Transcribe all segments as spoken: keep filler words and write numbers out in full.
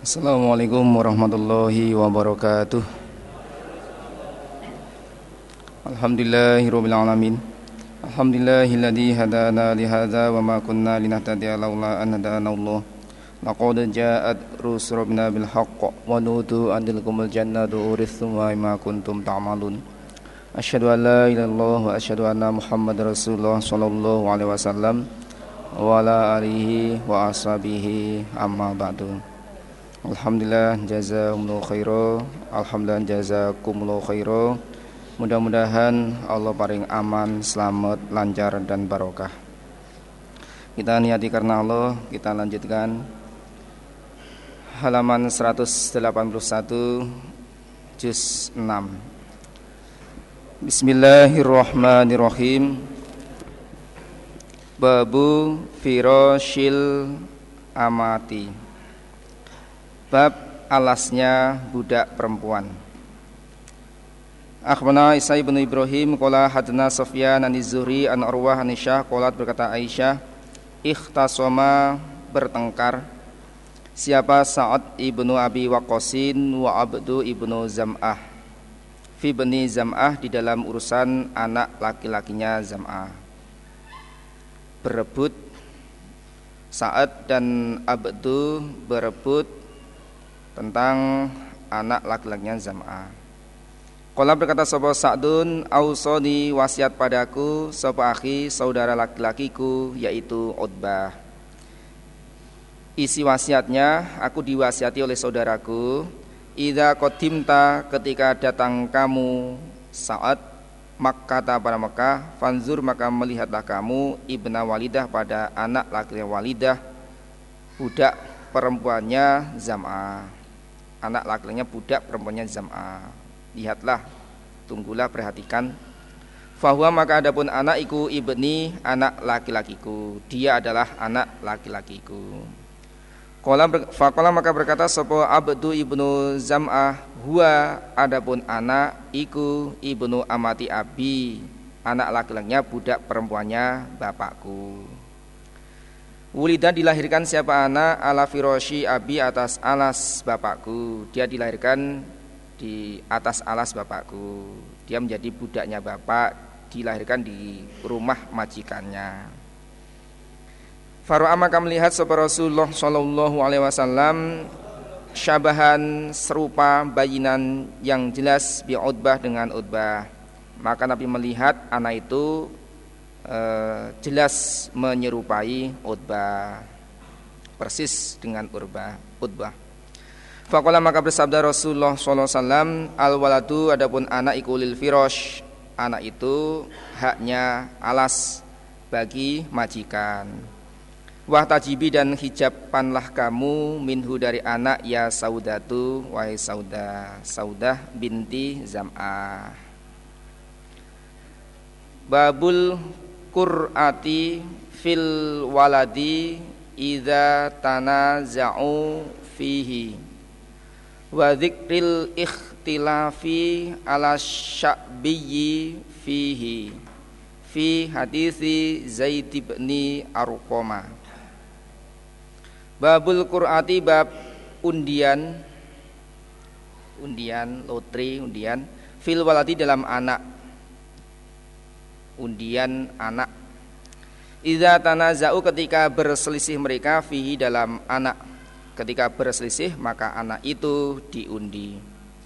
Assalamualaikum warahmatullahi wabarakatuh. Alhamdulillahirabbil alamin. Alhamdulillahilladzi hadana li hadza wa ma kunna linahtadiya laula an hadana Allah. Laqad ja'at rusuluna bil haqq wa nutu an tilkumul jannatu urithum wa ma kuntum ta'malun. Asyhadu an la ilaha illallah wa asyhadu anna Muhammadar Rasulullah sallallahu alaihi wasallam wa ala alihi wa ashabihi amma ba'du. Alhamdulillah jazakumullahu khaira. Alhamdulillah jazakumullahu khaira. Mudah-mudahan Allah paring aman, selamat, lancar dan barokah. Kita niati karena Allah. Kita lanjutkan halaman seratus delapan puluh satu juz enam. Bismillahirrahmanirrahim. Babu firashil amati. Bab alasnya budak perempuan. Akhbarana Isa bin Ibrahim qala hadna Sufyan an Az-Zuhri an Urwah an Aisyah qalat berkata Aisyah, ikhtasama bertengkar siapa Sa'ad ibnu Abi Waqqasin wa Abdu ibnu Zam'ah fi bani Zam'ah di dalam urusan anak laki-lakinya Zam'ah. Berebut Sa'ad dan Abdu berebut tentang anak laki-lakinya Zam'ah. Qala berkata sapa Sa'dun, ausoni wasiat padaku sapa akhi saudara laki-lakiku yaitu Utbah. Isi wasiatnya, aku diwasiati oleh saudaraku, idza qadimta ketika datang kamu Sa'ad Makkah pada Makkah, fanzur maka melihatlah kamu ibna Walidah pada anak laki-laki Walidah, budak perempuannya Zam'ah. Anak laki-lakinya budak perempuannya Zam'ah. Lihatlah, tunggulah, perhatikan. Fahuwa maka adapun anak iku ibni anak laki-lakiku, dia adalah anak laki-lakiku. Qala faqala maka berkata sapa Abdu ibnu Zam'ah, huwa adapun anak iku ibnu amati abi, anak laki-lakinya budak perempuannya bapakku. Wulida dilahirkan siapa anak ala firoshi abi atas alas bapakku. Dia dilahirkan di atas alas bapakku. Dia menjadi budaknya bapak, dilahirkan di rumah majikannya. Faru'a maka melihat sapa Rasulullah sallallahu alaihi wasallam syabahan serupa bayinan yang jelas bi Utbah dengan Utbah. Maka Nabi melihat anak itu Uh, jelas menyerupai Utbah, persis dengan Utbah. Utbah. Faqala maka bersabda Rasulullah sallallahu alaihi wasallam, al waladu adapun anak iku lil firash, anak itu haknya alas bagi majikan. Wah tajibi dan hijabkanlah kamu minhu dari anak ya Saudatu wahai Saudah, Saudah binti Zam'ah. Babul Qur'ati fil waladi idza tanaza'u fihi wa dzikril ikhtilafi ala sya'biyyi fihi fi hadisi Zaid bin Arqamah. Babul Qur'ati bab undian, undian lotre, undian fil waladi dalam anak, undian anak. Idza tanaza'u ketika berselisih mereka fihi dalam anak, ketika berselisih maka anak itu diundi.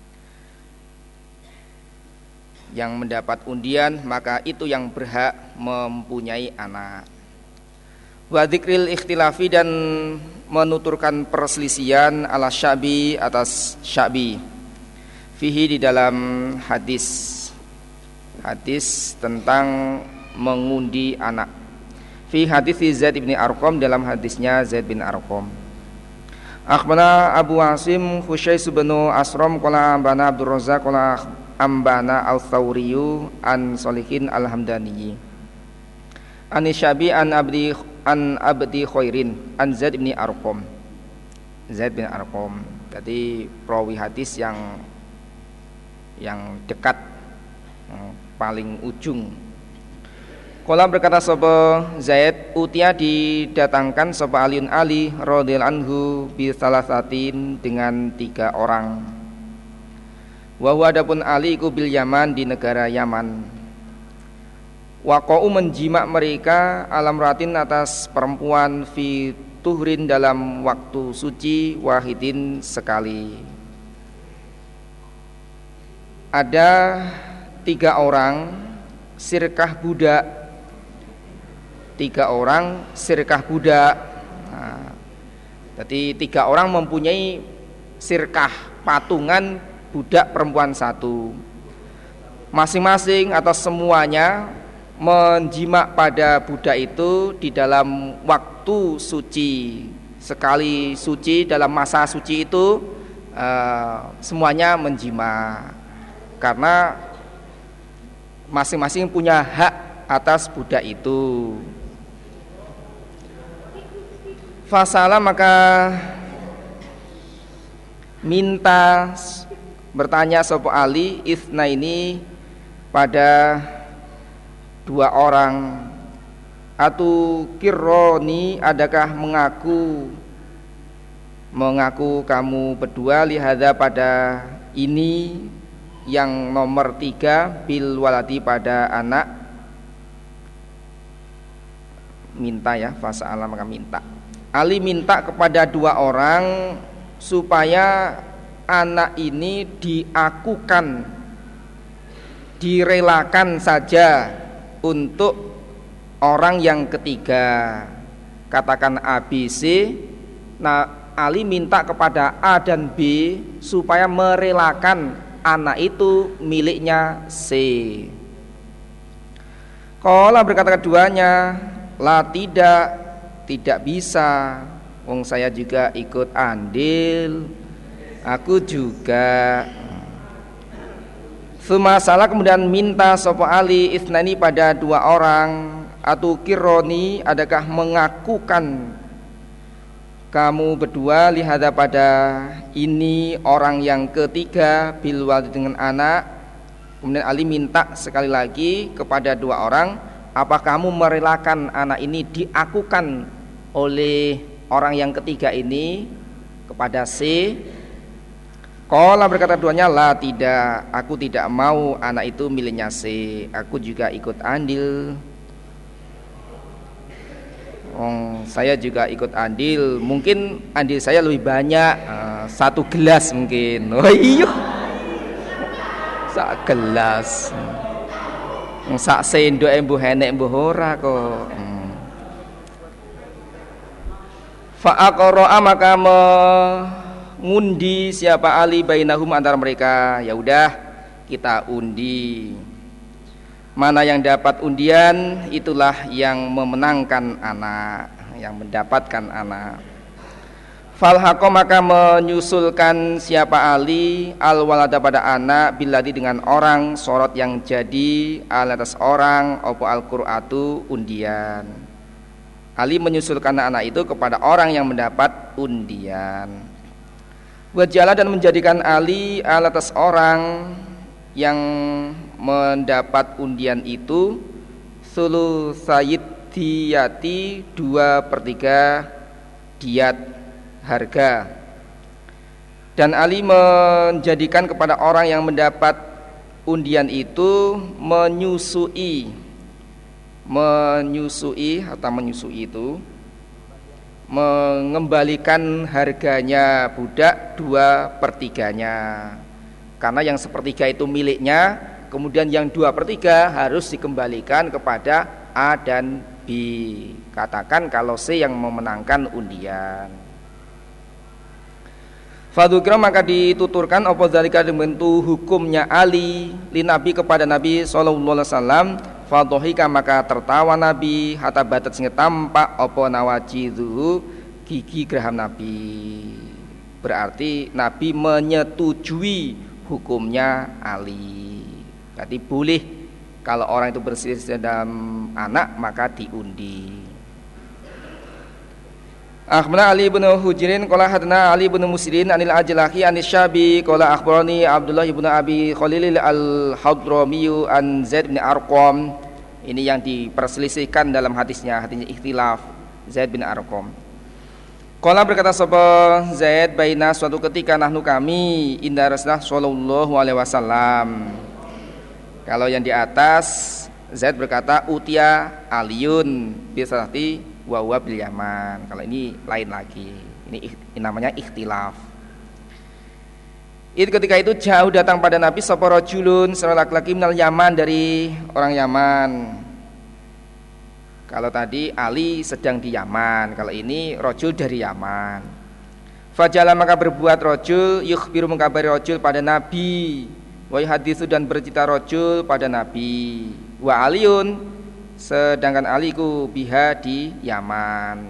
Yang mendapat undian maka itu yang berhak mempunyai anak. Wa dzikril ikhtilafi dan menuturkan perselisihan ala syabi atas syabi fihi di dalam hadis hadis tentang mengundi anak. Fi hadis Zaid bin Arqam, dalam hadisnya Zaid bin Arqam. Akhbarana Abu Asim Husays bin Asram qala ambana Abdul Razzaq qala ambana Al-Thawriyu an Shalihin Al-Hamdani an Syabi an Abdi an Abdi Khairin an Zaid bin Arqam. Zaid bin Arqam jadi perawi hadis yang yang dekat, paling ujung. Qala berkata sapa Zaid, utia didatangkan sapa Aliun Ali radhiyallahu anhu bi salasatin dengan tiga orang. Wa huwa adapun Ali iku bil Yaman di negara Yaman. Waqa'u menjimak mereka alam ratin atas perempuan fi tuhrin dalam waktu suci wahidin sekali. Ada tiga orang sirkah budak tiga orang sirkah budak. Nah, jadi tiga orang mempunyai sirkah patungan budak perempuan satu. Masing-masing atau semuanya menjimak pada budak itu di dalam waktu suci. Sekali suci dalam masa suci itu uh, semuanya menjimak. Karena masing-masing punya hak atas budak itu. Fasala maka minta bertanya sapa Ali itsna ini pada dua orang, atu kirroni adakah mengaku mengaku kamu berdua lihada pada ini yang nomor tiga bil waladi pada anak. Minta ya, fasala maka minta. Ali minta kepada dua orang supaya anak ini diakukan, direlakan saja untuk orang yang ketiga. Katakan A, B, C. Nah, Ali minta kepada A dan B supaya merelakan anak itu miliknya C. Qala berkata keduanya, la tidak, tidak bisa. Wong saya juga ikut andil, aku juga. Suma salah kemudian minta sapa Ali isnani pada dua orang, atu kironi adakah mengakukan kamu berdua lihada pada ini orang yang ketiga bil walid dengan anak. Kemudian Ali minta sekali lagi kepada dua orang, apa kamu merelakan anak ini diakukan oleh orang yang ketiga ini kepada C? Qala berkata duanya, la tidak, aku tidak mau anak itu miliknya C, aku juga ikut andil. Oh, saya juga ikut andil, mungkin andil saya lebih banyak, uh, satu gelas mungkin. Oh iya, sak gelas, sak sendok embuh enek embuh ora kok. hmm. Fa'aqra'a maka mengundi siapa Ali bainahum antara mereka. Ya udah, kita undi. Mana yang dapat undian itulah yang memenangkan anak, yang mendapatkan anak. Falhaqo maka menyusulkan siapa Ali al walada pada anak biladi dengan orang sorot yang jadi al atas orang opo al qur'atu undian. Ali menyusulkan anak itu kepada orang yang mendapat undian. Wajala dan menjadikan Ali al atas orang yang mendapat undian itu sulu sayyid diyati dua per tiga diat harga. Dan Ali menjadikan kepada orang yang mendapat undian itu menyusui menyusui atau menyusui itu mengembalikan harganya budak dua per tiganya. Karena yang sepertiga itu miliknya, kemudian yang dua per tiga harus dikembalikan kepada A dan B. Katakan kalau C yang memenangkan undian. Fadzukira maka dituturkan apa zalika bentuk hukumnya Ali li Nabi kepada Nabi sallallahu alaihi wasallam. Fadhika maka tertawa Nabi hatta batat sing tampak apa nawajidhu gigi geraham Nabi. Berarti Nabi menyetujui hukumnya Ali. Berarti boleh kalau orang itu berselisih dalam anak maka diundi. Akhbarana Ali bin Hujrin qala hadana Ali bin Muslimin anil Ajlahi anis Syabi qala akhbarani Abdullah bin Abi Khalil al-Hadrami an Zaid bin Arqam Ini yang diperselisihkan dalam hadisnya, hadisnya ikhtilaf Zaid bin Arqam. Qala berkata sapa Zaid, baina suatu ketika nahnu kami inda Rasulullah sallallahu alaihi wasallam. Kalau yang di atas Zaid berkata utia aliyun bisati wa huwa bil Yaman. Kalau ini lain lagi. Ini, ini namanya ikhtilaf. Itu ketika itu jauh datang pada Nabi sapa rajulun seorang laki-laki minal Yaman, dari orang Yaman. Kalau tadi Ali sedang di Yaman, kalau ini rajul dari Yaman. Fajala maka berbuat rajul yukhbiru mengkabari rajul pada Nabi, wa yuhaditsu dan bercerita rajul pada Nabi. Wa Aliun sedangkan Ali ku biha di Yaman.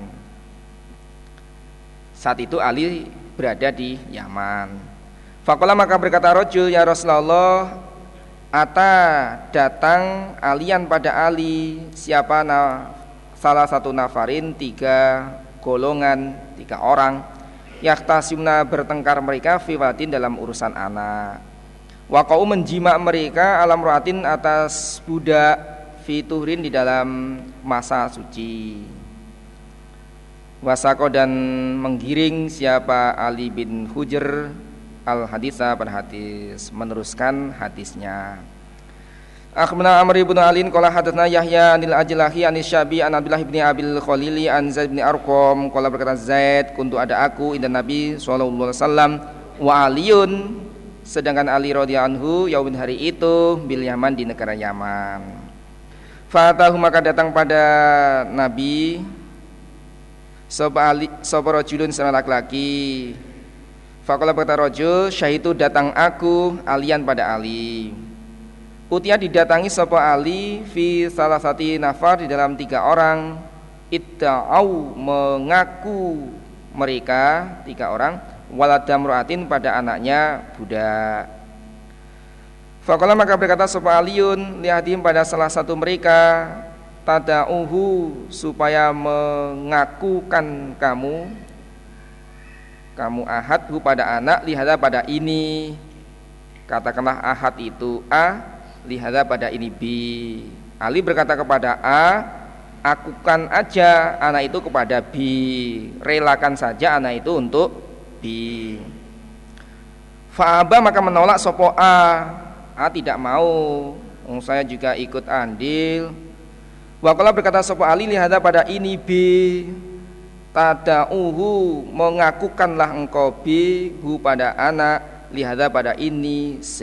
Saat itu Ali berada di Yaman. Faqala maka berkata rajul, ya Rasulullah, ata datang alian pada Ali siapa na, salah satu nafarin, tiga golongan, tiga orang, yaktasimna bertengkar mereka fi waladin dalam urusan anak. Waqau menjima mereka alam ruatin atas budak fi tuhrin di dalam masa suci. Wasako dan menggiring siapa Ali bin Hujr al haditha pada hadis, meneruskan hadisnya. Akhbarana Amr ibn Alin qala hadatsana Yahya anil Ajlahi anis Syabi an Abdullah bin Abil Khalili an Zaid bin Arqam qala berkata Zaid, kuntu ada aku inda Nabi sallallahu alaihi wasallam wa Aliun sedangkan Ali radhiyallahu anhu yaumin hari itu bil Yaman di negara Yaman. Fatahu maka datang pada Nabi sapa Ali sapa rajulun seorang laki-laki. Faqala berkata rajul, syahidu datang aku alian pada Ali. Utia didatangi sapa Ali fi salah sati nafar di dalam tiga orang, itta'au mengaku mereka tiga orang, waladamruatin pada anaknya budak. Faqala maka berkata sapa Aliun lihadim pada salah satu mereka, tada'uhu supaya mengakukan kamu kamu ahadhu pada anak, lihada pada ini, katakanlah ahad itu A, lihada pada ini B. Ali berkata kepada A, akukan aja anak itu kepada B, relakan saja anak itu untuk B. Fa'aba maka menolak sopo A, A tidak mau, saya juga ikut andil. Waqala berkata sopo Ali lihada pada ini B, tada'uhu mengakukanlah engkau bi hu pada anak, lihada pada ini C.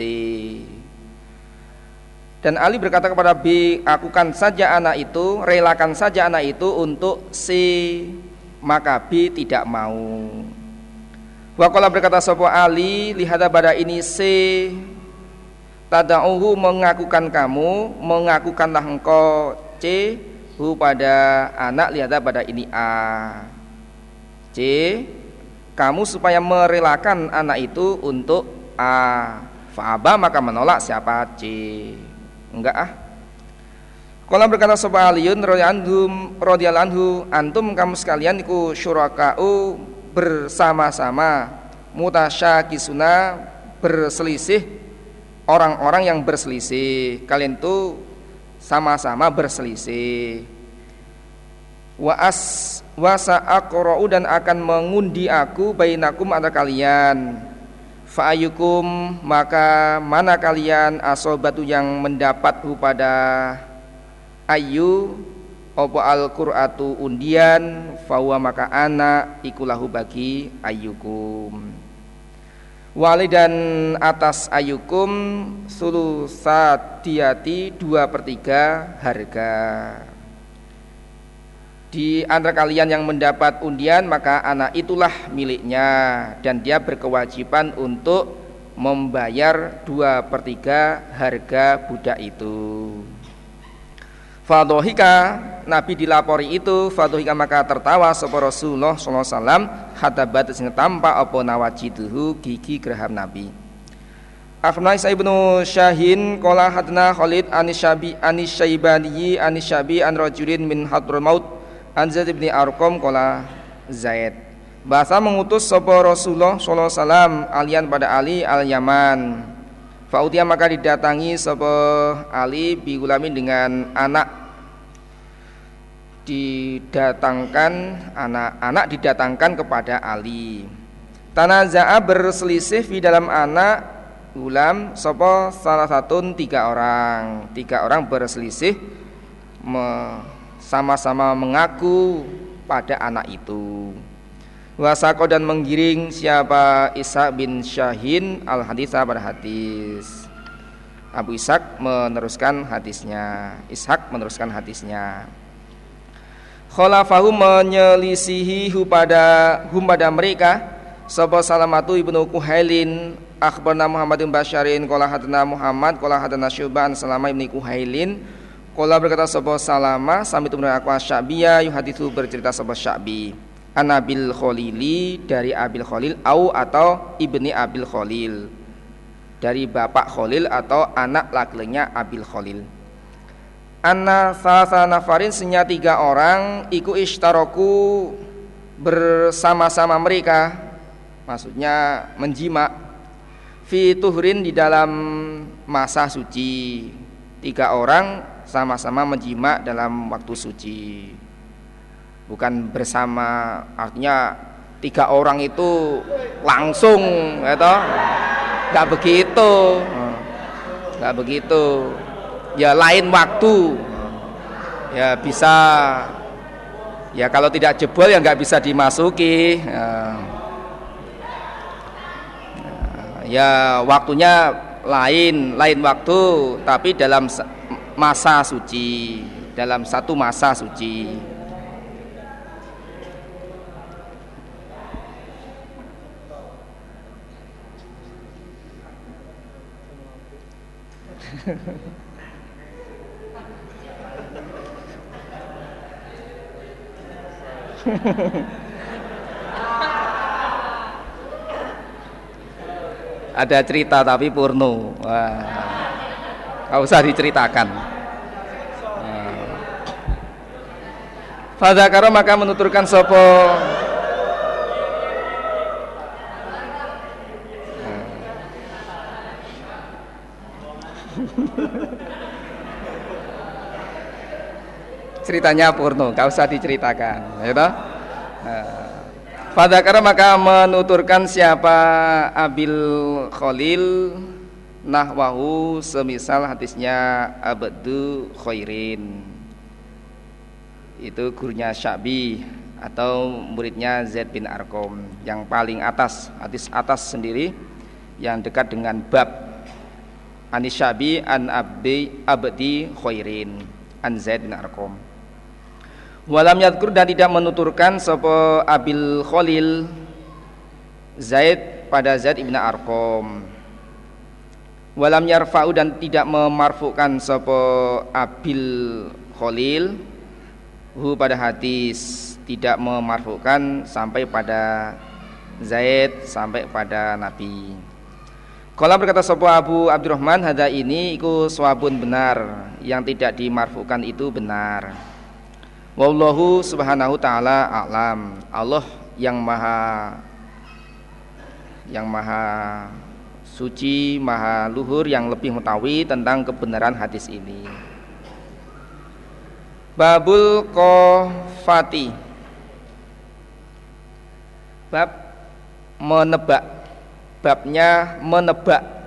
Dan Ali berkata kepada B, akukan saja anak itu, relakan saja anak itu untuk C, maka B tidak mau. Waqala berkata sapa Ali lihada pada ini C, tada'uhu mengakukan kamu, mengakukanlah engkau C hu pada anak, lihada pada ini A. C, kamu supaya merelakan anak itu untuk A. Fa'aba maka menolak siapa C. Enggak ah. Qala berkata sapa Aliun radhiyallahu anhu, antum kamu sekalian iku syuraka'u bersama-sama, mutasyakisuna berselisih, orang-orang yang berselisih. Kalian tuh sama-sama berselisih. Wa as wa sa'aqra'u dan akan mengundi aku bainakum antara kalian. Fa ayyukum maka mana kalian asobatu yang mendapat pada ayu opo al-qur'atu undian, fahuwa maka anak ikulahu bagi ayyukum. Wali dan atas ayyukum sulusatiyati dua per tiga harga. Di antara kalian yang mendapat undian maka anak itulah miliknya, dan dia berkewajiban untuk membayar dua per tiga harga budak itu. Fadhohika Nabi dilapori itu, fadhohika maka tertawa sapa Rasulullah sallallahu alaihi wasallam, hatta batas sing tampak apa nawajiduhu gigi geraham Nabi. Akhbarana Isa ibnu Syahin qala hadna Khalid anis Syabi anis Syaibani anis Syabi an rajulin min Hadramaut an Zaid bin Arqam qala Zaid bahasa mengutus sapa Rasulullah sallallahu alaihi wasallam alian pada Ali al-Yaman Fa'utiya maka didatangi sapa Ali bi gulamin dengan anak, didatangkan anak-anak didatangkan kepada Ali. Tanaza'a berselisih di dalam anak gulam sapa salah satu tiga orang. Tiga orang berselisih me, sama-sama mengaku pada anak itu. Wasako dan menggiring siapa Ishaq bin Syahin al-haditsa pada hadis. Abu Ishaq meneruskan hadisnya. Ishaq meneruskan hadisnya. Khalafahu menyelisihi hu pada hum pada mereka sapa Salamatu ibnu Kuhailin akhbarna Muhammad bin Basyarin qala hadana Muhammad qala hadana Syu'ban Salama ibnu Kuhailin qala berkata sapa Salama sami tu aku Sya'biyya yuhaditsu bercerita sapa Sya'bi Anabil Khalili dari Abil Khalil au atau ibni Abil Khalil dari bapak Khalil atau anak laki-lakinya Abil Khalil. Anna salasa nafarin senya tiga orang iku ishtaraku bersama-sama mereka, maksudnya menjima fi tuhrin di dalam masa suci. Tiga orang sama-sama menjima dalam waktu suci. Bukan bersama, artinya tiga orang itu langsung gitu. Enggak begitu. Enggak begitu. Ya lain waktu. Ya bisa. Ya kalau tidak jebol ya enggak bisa dimasuki. Ya. Ya waktunya lain, lain waktu, tapi dalam masa suci, dalam satu masa suci. Ada cerita tapi porno. Wah, nggak usah diceritakan. Fadzakara maka menuturkan sopo ceritanya porno, nggak usah diceritakan, ya toh? Fadzakara maka menuturkan siapa Abil Khalil nahwahu semisal hadisnya Abdu Khairin, itu gurunya Sya'bi atau muridnya Zaid bin Arqam yang paling atas, hadis atas sendiri yang dekat dengan bab Anis Sya'bi an Abdi Abdi Khairin an Zaid bin Arqam. Walam yadkur dan tidak menuturkan sapa Abil Khalil Zaid pada Zaid ibn Arqam. Walam yarfa'u dan tidak memarfukan sapa Abil Khalil hu pada hadis, tidak memarfukan sampai pada Zaid sampai pada Nabi. Qala berkata sapa Abu Abdurrahman hadza ini iku shawabun benar, yang tidak dimarfukan itu benar. Wallahu subhanahu ta'ala a'lam. Allah yang maha yang maha suci, maha luhur, yang lebih mengetahui tentang kebenaran hadis ini. Babul qafati, bab menebak, babnya menebak.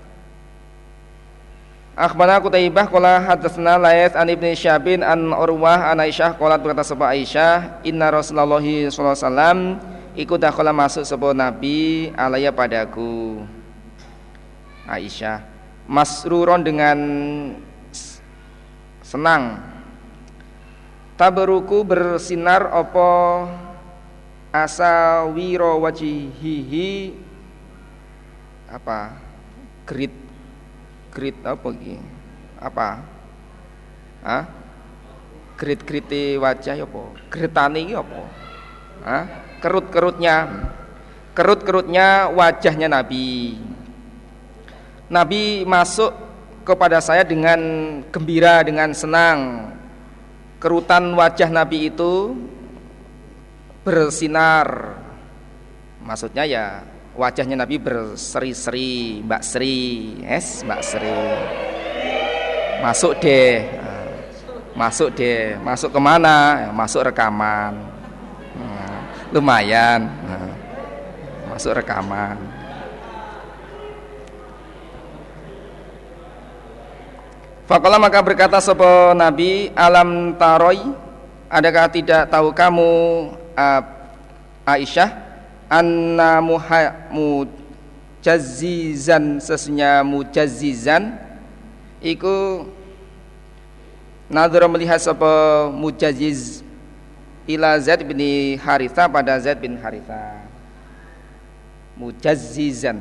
Akhbarana Qutaibah qala hadatsana Laits an Ibnu Syabin an Urwah an Aisyah qalat berkata sapa Aisyah inna Rasulullah sallallahu alaihi wasallam iku dakhala masuk sapa Nabi alaya padaku. Aisyah masruron dengan senang, tabruku bersinar apa asawiro wajihihi, apa grit grit apa iki? Apa? Hah? Grit-grite wajah apa? Gretane iki apa? Hah? Kerut-kerutnya. Kerut-kerutnya wajahnya Nabi. Nabi masuk kepada saya dengan gembira, dengan senang. Kerutan wajah Nabi itu bersinar. Maksudnya ya wajahnya Nabi berseri-seri, Mbak Sri, yes, Mbak Sri. Masuk deh, masuk deh, masuk kemana? Masuk rekaman, lumayan, masuk rekaman. Faqala maka berkata sapa Nabi, alam taroi, adakah tidak tahu kamu uh, Aisyah, anna mujazzizan, sesungguhnya mujazzizan iku nadhara melihat sapa mujazziz ila Zaid bin Haritha pada Zaid bin Haritha. Mujazzizan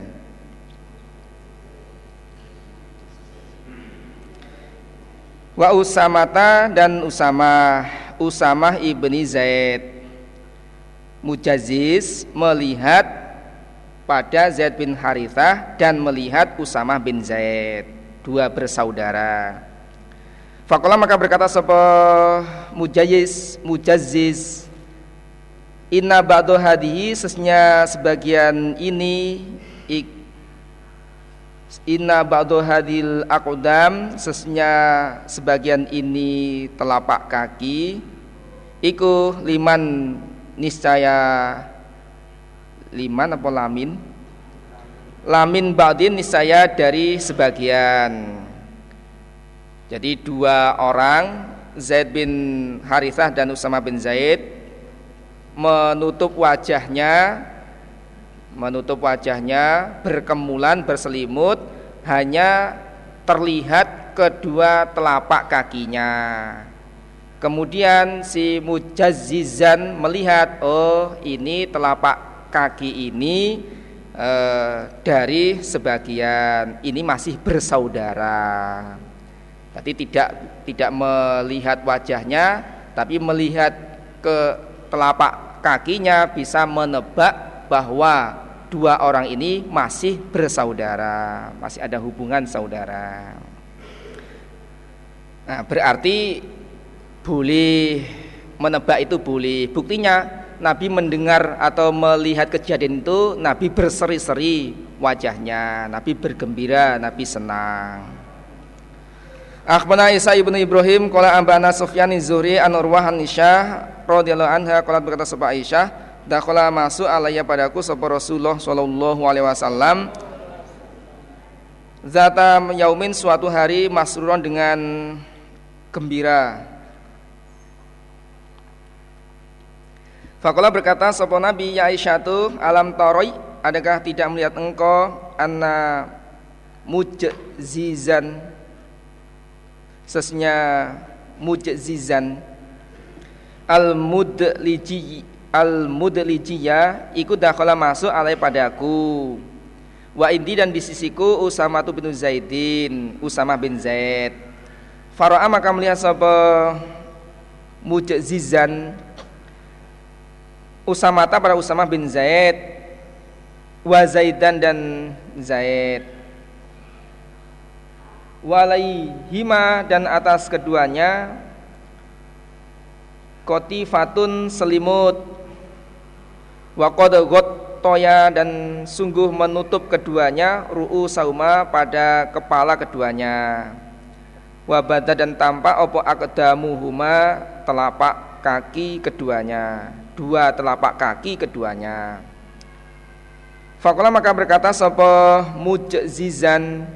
wa Usamata dan Usamah, Usamah ibni Zaid. Mujazziz melihat pada Zaid bin Harithah dan melihat Usamah bin Zaid, dua bersaudara. Faqala maka berkata sapa Mujazziz, Mujazziz, inna ba'du hadihi, sesnya sebagian ini, ik, inna ba'du hadil aqdam, sesnya sebagian ini telapak kaki, iku liman, niscaya liman apa lamin, lamin ba'din, niscaya dari sebagian. Jadi dua orang, Zaid bin Harithah dan Usamah bin Zaid, menutup wajahnya, menutup wajahnya berkemulan, berselimut, hanya terlihat kedua telapak kakinya. Kemudian si Mujazzizan melihat, oh ini telapak kaki ini eh, dari sebagian, ini masih bersaudara. Tapi tidak tidak melihat wajahnya, tapi melihat ke telapak kakinya bisa menebak bahwa dua orang ini masih bersaudara, masih ada hubungan saudara. Nah, berarti boleh menebak, itu boleh. Buktinya Nabi mendengar atau melihat kejadian itu, Nabi berseri-seri wajahnya, Nabi bergembira, Nabi senang. Akhbarana Isa ibnu Ibrahim qala ambana Sufyan az-Zuhri an Urwah an Aisyah radhiyallahu anha qalat, berkata sapa Aisyah, dakhala masuk alayya padaku sapa Rasulullah sallallahu alaihi wasallam zata yaumin, suatu hari, masruron dengan gembira. Faqala berkata sapa Nabi, ya Aisyah tu alam taroi, adakah tidak melihat engkau, anna mujzizan, sesnya mujzizan, al mudliji al mudlijiyah iku dakhala masuk alai padaku, wa indi, dan di sisiku, Usamah bin Zaidin, Usamah bin Zaid. Fara'a maka melihat sapa mujzizan Usamah pada Usamah bin Zaid, wa Zaidan dan Zaid, walaihima, dan atas keduanya, kotifatun, selimut, wa qad ghattaya, dan sungguh menutup keduanya, ru'usauma, pada kepala keduanya, wa bada, dan tampak opo aqdamuhuma, telapak kaki keduanya, dua telapak kaki keduanya. Faqala maka berkata sapa mujzizan,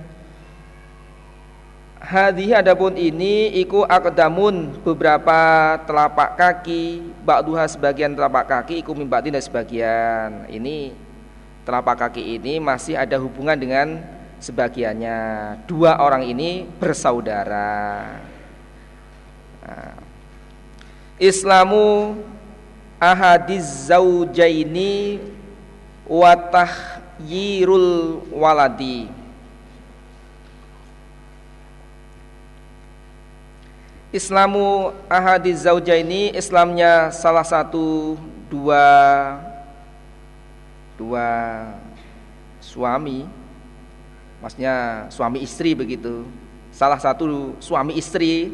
hadhihi, adapun ini, iku aqdamun, beberapa telapak kaki, ba'duha, sebagian telapak kaki, iku min ba'din, dan sebagian. Ini telapak kaki ini masih ada hubungan dengan sebagiannya. Dua orang ini bersaudara. Nah. Islamu ahadiz zaujaini wa tahyirul waladi. Islamu ahadiz zaujaini, Islamnya salah satu dua dua suami, maksudnya suami istri begitu. Salah satu suami istri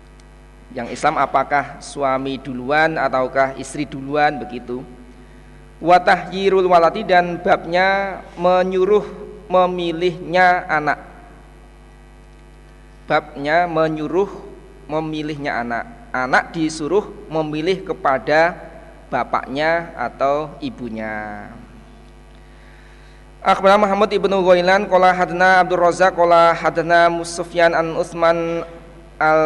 yang Islam, apakah suami duluan ataukah istri duluan begitu. Wa tahyirul walati, dan babnya menyuruh memilihnya anak. Babnya menyuruh memilihnya anak. Anak disuruh memilih kepada bapaknya atau ibunya. Akhbarana Muhammad ibnu Ghailan qala hadna Abdul Razzaq qala hadna Musufyan an Utsman al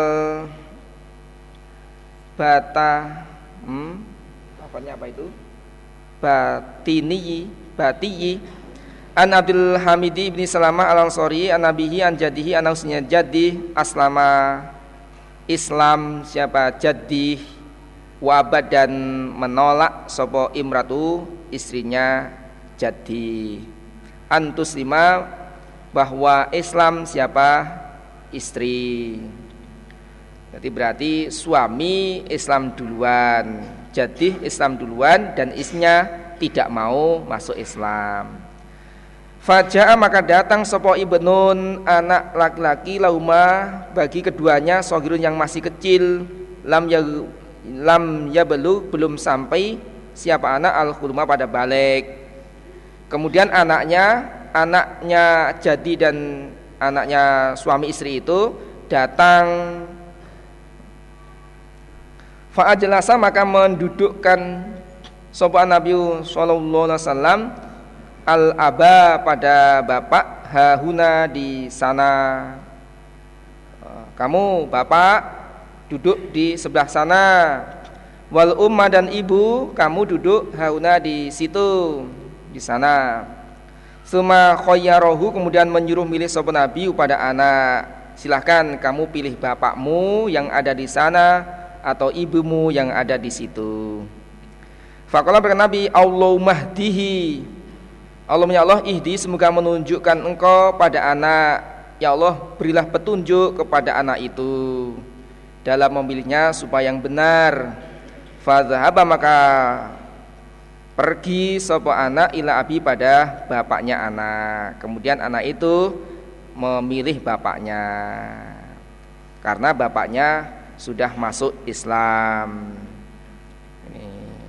Bata hmm, apanya apa itu? Batini Batiyi an Abdul Hamidi ibni Salamah al-Ansari an Nabihi an Jadihi an usnya Jaddi aslama Islam siapa Jaddi wabad dan menolak sapa imratu istrinya Jaddi antuslima bahwa Islam siapa istri. Jadi berarti suami Islam duluan, jadi Islam duluan dan istrinya tidak mau masuk Islam. Faja'a maka datang sapa ibnun anak laki-laki lauma bagi keduanya sogirun yang masih kecil lam ya lam ya belum belum sampai siapa anak al-khulma pada balik. Kemudian anaknya anaknya jadi dan anaknya suami istri itu datang. Fa'ajlasa maka mendudukkan sapa Nabi sallallahu alaihi wasallam al-aba pada bapak hahuna di sana. Kamu bapak duduk di sebelah sana. Wal umma dan ibu kamu duduk hahuna di situ di sana. Suma khayyarahu kemudian menyuruh milih sapa Nabi pada anak. Silahkan kamu pilih bapakmu yang ada di sana atau ibumu yang ada di situ. Faqala berkata Nabi, Allahumma hdihi. Allahumma ya Allah ihdi, semoga menunjukkan engkau pada anak. Ya Allah, berilah petunjuk kepada anak itu dalam memilihnya supaya yang benar. Fadhahaba maka pergi sapa anak ila abi pada bapaknya anak. Kemudian anak itu memilih bapaknya karena bapaknya sudah masuk Islam. Ini.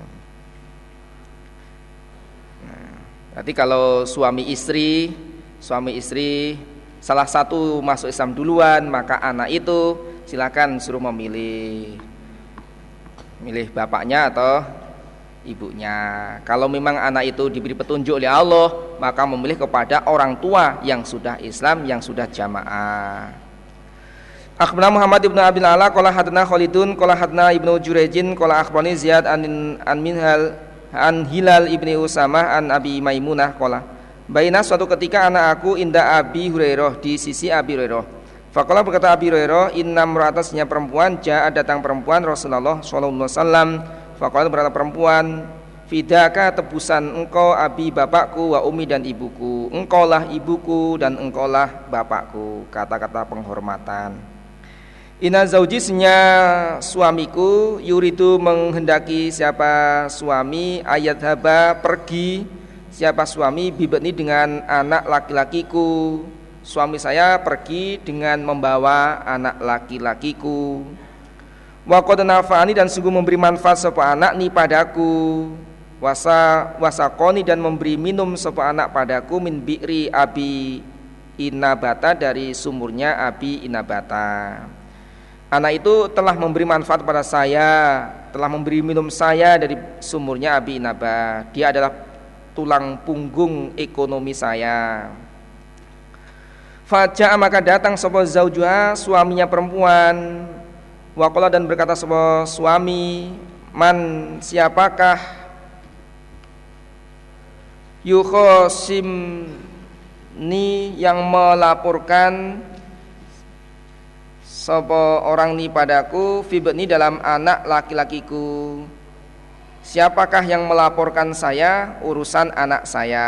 Nah, berarti kalau suami istri, suami istri salah satu masuk Islam duluan, maka anak itu silakan suruh memilih, milih bapaknya atau ibunya. Kalau memang anak itu diberi petunjuk oleh Allah, maka memilih kepada orang tua yang sudah Islam, yang sudah jamaah. Akhbarana Muhammad ibnu Abil Ala qala hadna Khalidun qala hadna Ibnu Jurejin qala akhbarani Ziyad an an Minhal an Hilal ibni Usamah an Abi Maimunah qala baina suatu ketika anak aku inda Abi Hurairah di sisi Abi Hurairah. Faqala berkata Abi Hurairah inna mra'atasnya perempuan jaa datang perempuan Rasulullah sallallahu alaihi wasallam. Faqala berkata perempuan fidaka tebusan engkau abi bapakku wa umi dan ibuku, engkaulah ibuku dan engkaulah bapakku, kata-kata penghormatan. Inna zaujisnya suamiku yuridu menghendaki siapa suami ayat haba pergi siapa suami bibetni dengan anak laki-lakiku. Suami saya pergi dengan membawa anak laki-lakiku. Wa qad nafa'ani dan sungguh memberi manfaat sapa anak ni padaku. Wasa wasaqoni dan memberi minum sapa anak padaku min bi'ri abi Inabata dari sumurnya abi Inabata. Anak itu telah memberi manfaat pada saya, telah memberi minum saya dari sumurnya Abi Inabah. Dia adalah tulang punggung ekonomi saya. Faja'a maka datang sapa zaujuha suaminya perempuan. Waqala dan berkata sapa suami, man siapakah yukhosimni yang melaporkan sapa orang ni padaku fibni dalam anak laki-lakiku. Siapakah yang melaporkan saya urusan anak saya?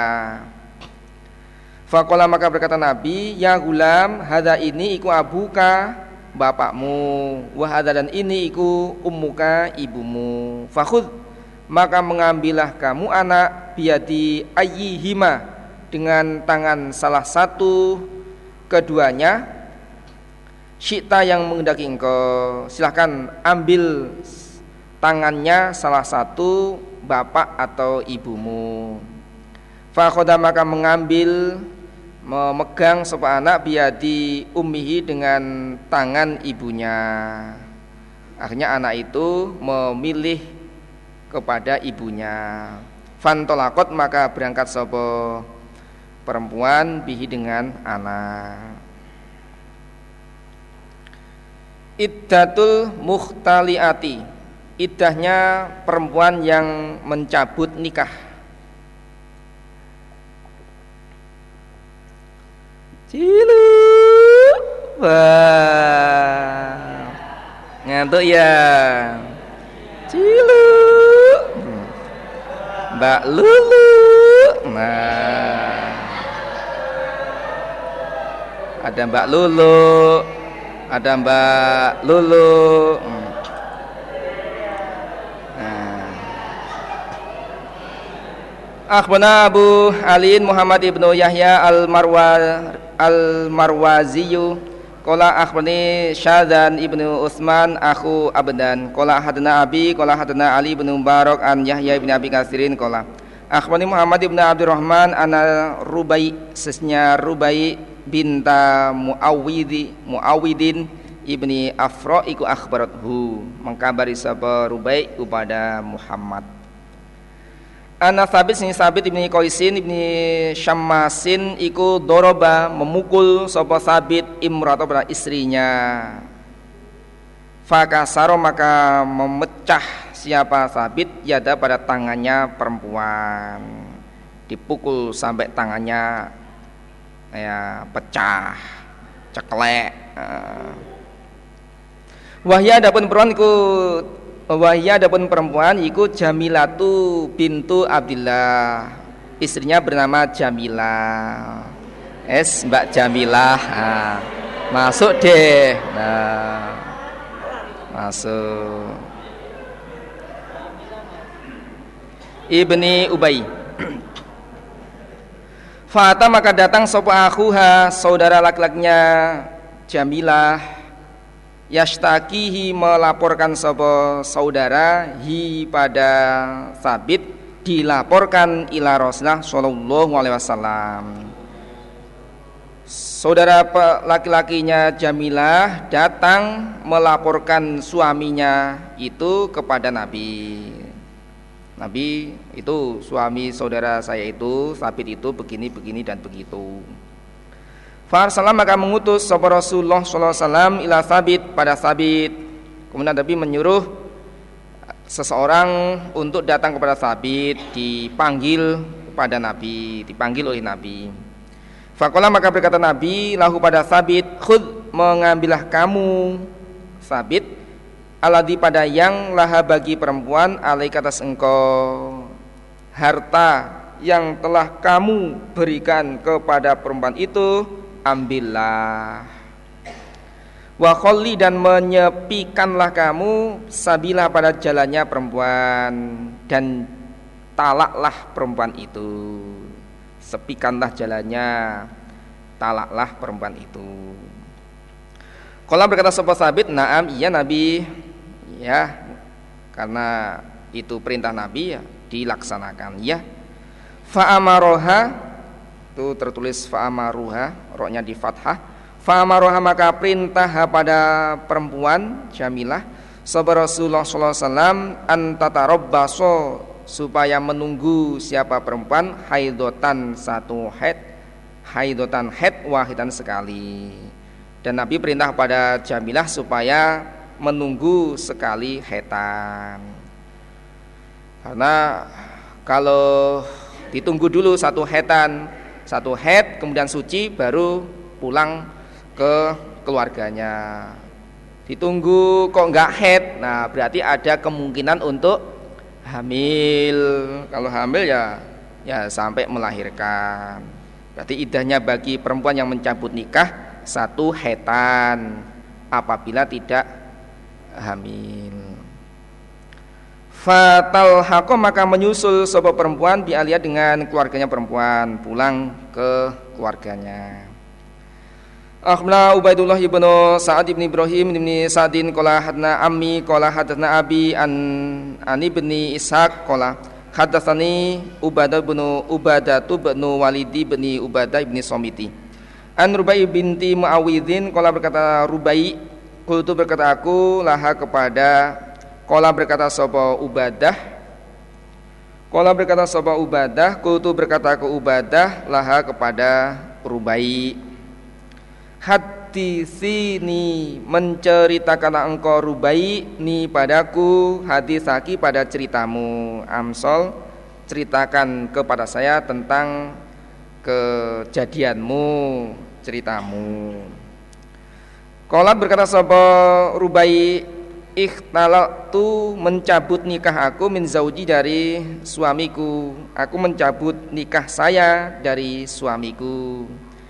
Faqala maka berkata Nabi, ya gulam, hadza ini iku abuka bapakmu, wa hadza dan ini iku ummuka ibumu. Fakhudh maka mengambillah kamu anak biadi ayyihima dengan tangan salah satu keduanya. Syi'ta yang menghendaki engkau, silahkan ambil tangannya salah satu bapak atau ibumu. Fakhoda maka mengambil memegang sapa anak biadi ummihi dengan tangan ibunya. Akhirnya anak itu memilih kepada ibunya. Fantolakot maka berangkat sapa perempuan bihi dengan anak. Iddatul mukhtaliati, iddahnya perempuan yang mencabut nikah. Cilu, wah, ngantuk ya. Cilu, Mbak Lulu, nah, ada Mbak Lulu, ada Mbak Lulu. Nah. Akhbarana Abu Ali Muhammad ibnu Yahya al-Marwa al-Marwaziyu qala akhbarani Syadzan ibnu Utsman akhu Abdan qala hadana Abi qala hadana Ali ibnu Mubarak an Yahya ibnu Abi Katsirin qala akhbarani Muhammad ibnu Abdurrahman ana Rubai sesnya Rubai binta Muawwidhi Muawwidin ibni Afra iku akhbarathu mengkabari sapa Rubai kepada Muhammad. Ana Sabit sing Sabit ibni Qaisin ibni Syammasin iku doroba memukul sapa Sabit imrata pada istrinya. Fakasaro maka memecah siapa Sabit yada pada tangannya perempuan. Dipukul sampai tangannya ya pecah, ceklek. Wahya adapun perempuan iku Wahya adapun perempuan iku Jamilatu bintu Abdillah. Istrinya bernama Jamilah. Es Mbak Jamilah. Nah, masuk deh. Nah, masuk. Ibni Ubay. Fata maka datang sapa akhuha saudara laki-lakinya Jamilah. Yashtakihi melaporkan sapa saudara hi pada Sabit dilaporkan ila Rasulullah sallallahu alaihi wasallam. Saudara laki-lakinya Jamilah datang melaporkan suaminya itu kepada Nabi. Nabi itu suami saudara saya itu Sabit itu begini begini dan begitu. Farsalam maka mengutus sapa Rasulullah sallallahu alaihi wasallam ila Sabit pada Sabit. Kemudian Nabi menyuruh seseorang untuk datang kepada Sabit, dipanggil kepada Nabi, dipanggil oleh Nabi. Faqala maka berkata Nabi lahu pada Sabit, khudh mengambillah kamu Sabit alladzi pada yang laha bagi perempuan alaika atas engkau harta yang telah kamu berikan kepada perempuan itu, ambillah. Wa khalli dan menyepikanlah kamu sabila pada jalannya perempuan dan talaklah perempuan itu. Sepikanlah jalannya, talaklah perempuan itu. Qala berkata sapa Sabit, "Na'am, iya Nabi." Ya, karena itu perintah Nabi ya dilaksanakan ya. Fa amaroha itu tertulis fa amaruha, roknya di fathah. Fa amaroha maka perintah pada perempuan Jamilah sapa Rasulullah sallallahu alaihi wasallam antatarabbaso supaya menunggu siapa perempuan haidotan satu haid, haidotan haid wahidan sekali. Dan Nabi perintah pada Jamilah supaya menunggu sekali haitan. Karena kalau ditunggu dulu satu haitan, satu haid kemudian suci baru pulang ke keluarganya. Ditunggu kok enggak haid, nah berarti ada kemungkinan untuk hamil. Kalau hamil ya ya sampai melahirkan. Berarti iddahnya bagi perempuan yang mencabut nikah satu haitan apabila tidak hamil. Fatal hakom maka menyusul sebuah perempuan bi'aliyah dengan keluarganya perempuan pulang ke keluarganya. Akhbarana Ubaidullah ibnu Sa'ad ibn Ibrahim ibn Sa'din qala hadna ammi qala hadna abi an an ibni Ishaq qala Hadatsani Ubadah bin Ubadah bin Walidi bin Ubadah bin Somiti. An Rubai binti Muawidin qala berkata Rubai, qultu berkata aku laha kepada qala berkata sapa Ubadah qala berkata sapa Ubadah qultu berkata aku Ubadah laha kepada Rubai, hadisini menceritakanlah engkau Rubai ni padaku hadisaki pada ceritamu, amsal ceritakan kepada saya tentang kejadianmu, ceritamu. Qala berkata sapa Rubai, ikhtalatu mencabut nikah aku min zauji dari suamiku, aku mencabut nikah saya dari suamiku.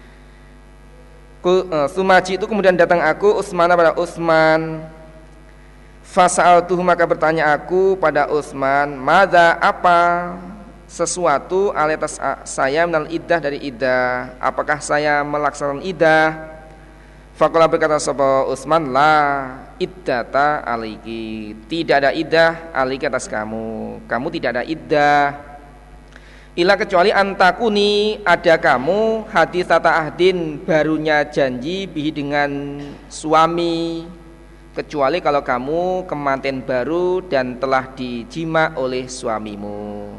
Sumaji itu kemudian datang aku Utsman pada Utsman, fasa'altuhu maka bertanya aku pada Utsman, madza apa sesuatu alitas saya minal iddah dari iddah, apakah saya melaksanakan iddah? Faqala berkata sapa Utsman, la iddata aliki, tidak ada iddah aliki atas kamu, kamu tidak ada iddah. Ila kecuali antakuni ada kamu haditsata ahdin barunya janji bihi dengan suami, kecuali kalau kamu kemanten baru dan telah dijima oleh suamimu.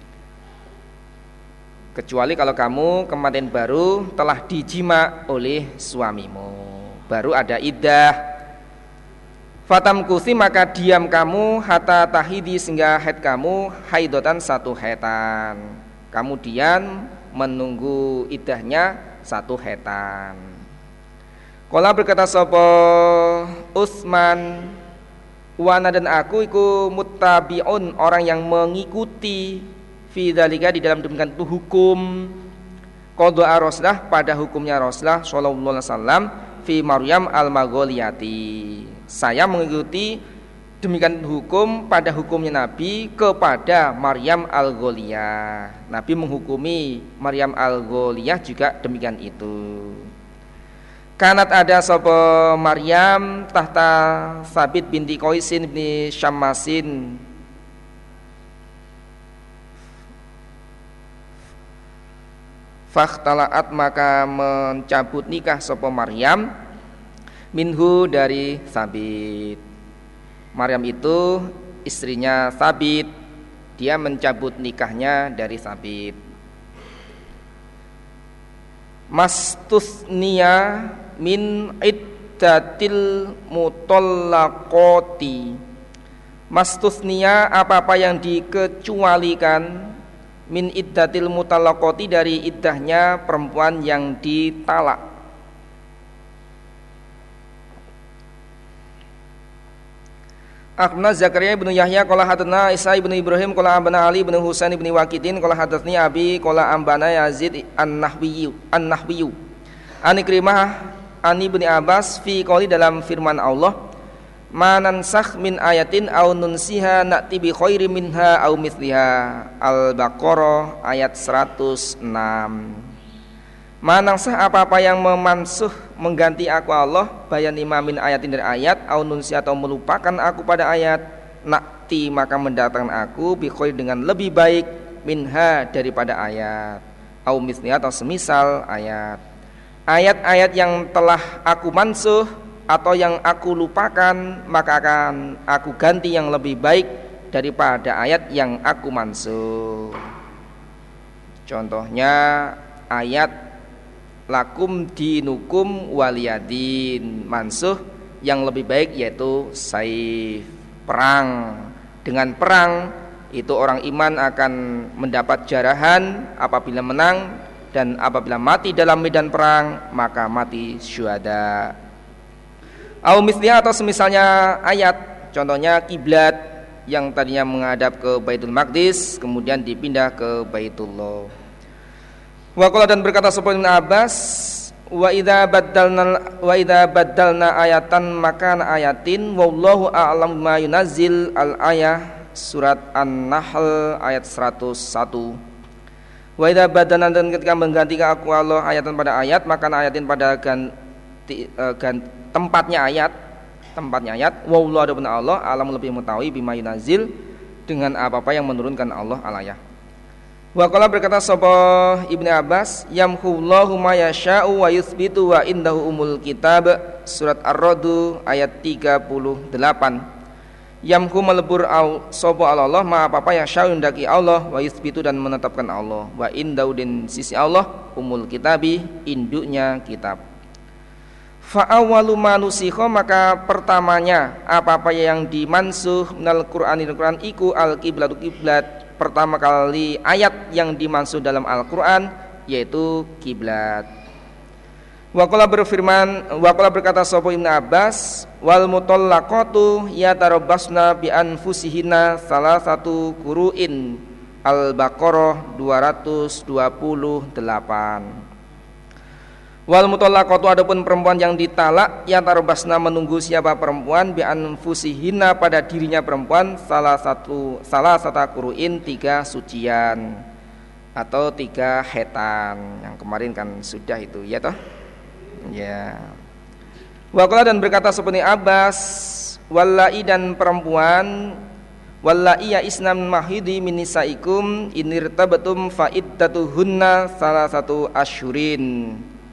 Kecuali kalau kamu kemanten baru telah dijima oleh suamimu, baru ada iddah. Fatamkusi maka diam kamu hatta tahidi sehingga haid kamu haidotan satu haitan, kamu diam menunggu iddahnya satu haitan. Qala berkata sapa Utsman, wana dan aku iku muttabi'un orang yang mengikuti fi dzalika di dalam demikian itu hukum qada Rasulullah pada hukumnya Rasulullah sallallahu alaihi wasallam fi Maryam al-Magholiyati. Saya mengikuti demikian hukum pada hukumnya Nabi kepada Maryam al-Gholiyah. Nabi menghukumi Maryam al-Gholiyah juga demikian itu. Kanat ada sapa Maryam tahta Sabit binti Qaisin bin Syammasin, fakhtalaat maka mencabut nikah sapa Maryam minhu dari Sabit. Maryam itu istrinya Sabit, dia mencabut nikahnya dari Sabit. Mastusniya min iddatil mutallaqati, mastusniya apa-apa yang dikecualikan min iddatil mutallaqati dari iddahnya perempuan yang ditalak. Akhbarana Zakaria bin Yahya qala hadatsana Isa bin Ibrahim qala ambana Ali bin Husain bin Waqidin qala hadatsani Abi qala ambana Yazid an-Nahwi an-Nahwi an Ikrimah an Ibnu Abbas fi qouli dalam firman Allah, manansakh min ayatin aw nunsiha na'ti bi khairin minha aw mithliha. Al-Baqarah ayat seratus enam. Manansah apa-apa yang memansuh mengganti aku Allah, bayan imamin ayatin dari ayat, au nunsi atau melupakan aku pada ayat, nakti maka mendatangkan aku bi khair dengan lebih baik minha daripada ayat, au misli atau semisal ayat. Ayat-ayat yang telah aku mansuh atau yang aku lupakan maka akan aku ganti yang lebih baik daripada ayat yang aku mansuh. Contohnya ayat lakum dinukum waliyadin, mansuh yang lebih baik yaitu saif, perang. Dengan perang itu orang iman akan mendapat jarahan apabila menang, dan apabila mati dalam medan perang maka mati syuhada. Au misliha atau semisalnya ayat, contohnya kiblat yang tadinya menghadap ke Baitul Maqdis kemudian dipindah ke Baitullah. Wa qala dan berkata sapa Ibnu Abbas, wa idza baddalna wa idza baddalna ayatan makana ayatin wallahu a'lam bima yunazzil al-ayah, surat An-Nahl ayat seratus satu. Wa idza baddalna dan ketika menggantikan aku Allah ayatan pada ayat maka ayatin pada ganti, uh, ganti tempatnya ayat tempatnya ayat wallahu adapun Allah alam lebih mengetahui bima yunazzil dengan apa-apa yang menurunkan Allah alayah. Wa qala berkata sapa Ibnu Abbas, yamhullahu ma yasha'u wa yuthbitu wa indahu umul kitab. Surat Ar-Ra'd ayat tiga puluh delapan. Yamhu melebur sapa Allah ma apa-apa yang sya'u ndaki Allah, wa yuthbitu dan menetapkan Allah, wa indahu din sisi Allah umul kitabi induknya kitab. Fa awwalu manusikha maka pertamanya apa-apa yang dimansuh minal Qur'anil Qur'an iku al-qiblatu kiblat. Pertama kali ayat yang dimaksud dalam Al-Qur'an yaitu kiblat. Wa qala berfirman, wa qala berkata sapa Ibnu Abbas, wal mutallaqatu yatarabbasna bi anfusihinna salasatu quru'in. Al-Baqarah dua ratus dua puluh delapan. Wal mutallaqatu adapun perempuan yang ditalak ya tarbasna menunggu siapa perempuan bi anfusihinna pada dirinya perempuan salah satu salah satu quruin tiga sucian atau tiga hetan yang kemarin kan sudah itu ya toh ya. Wa qala dan berkata seperti Abbas, wallai dan perempuan wallai ya isnam mahidi min nisaikum inirtabatum fa iddatuhunna salah satu asyurin.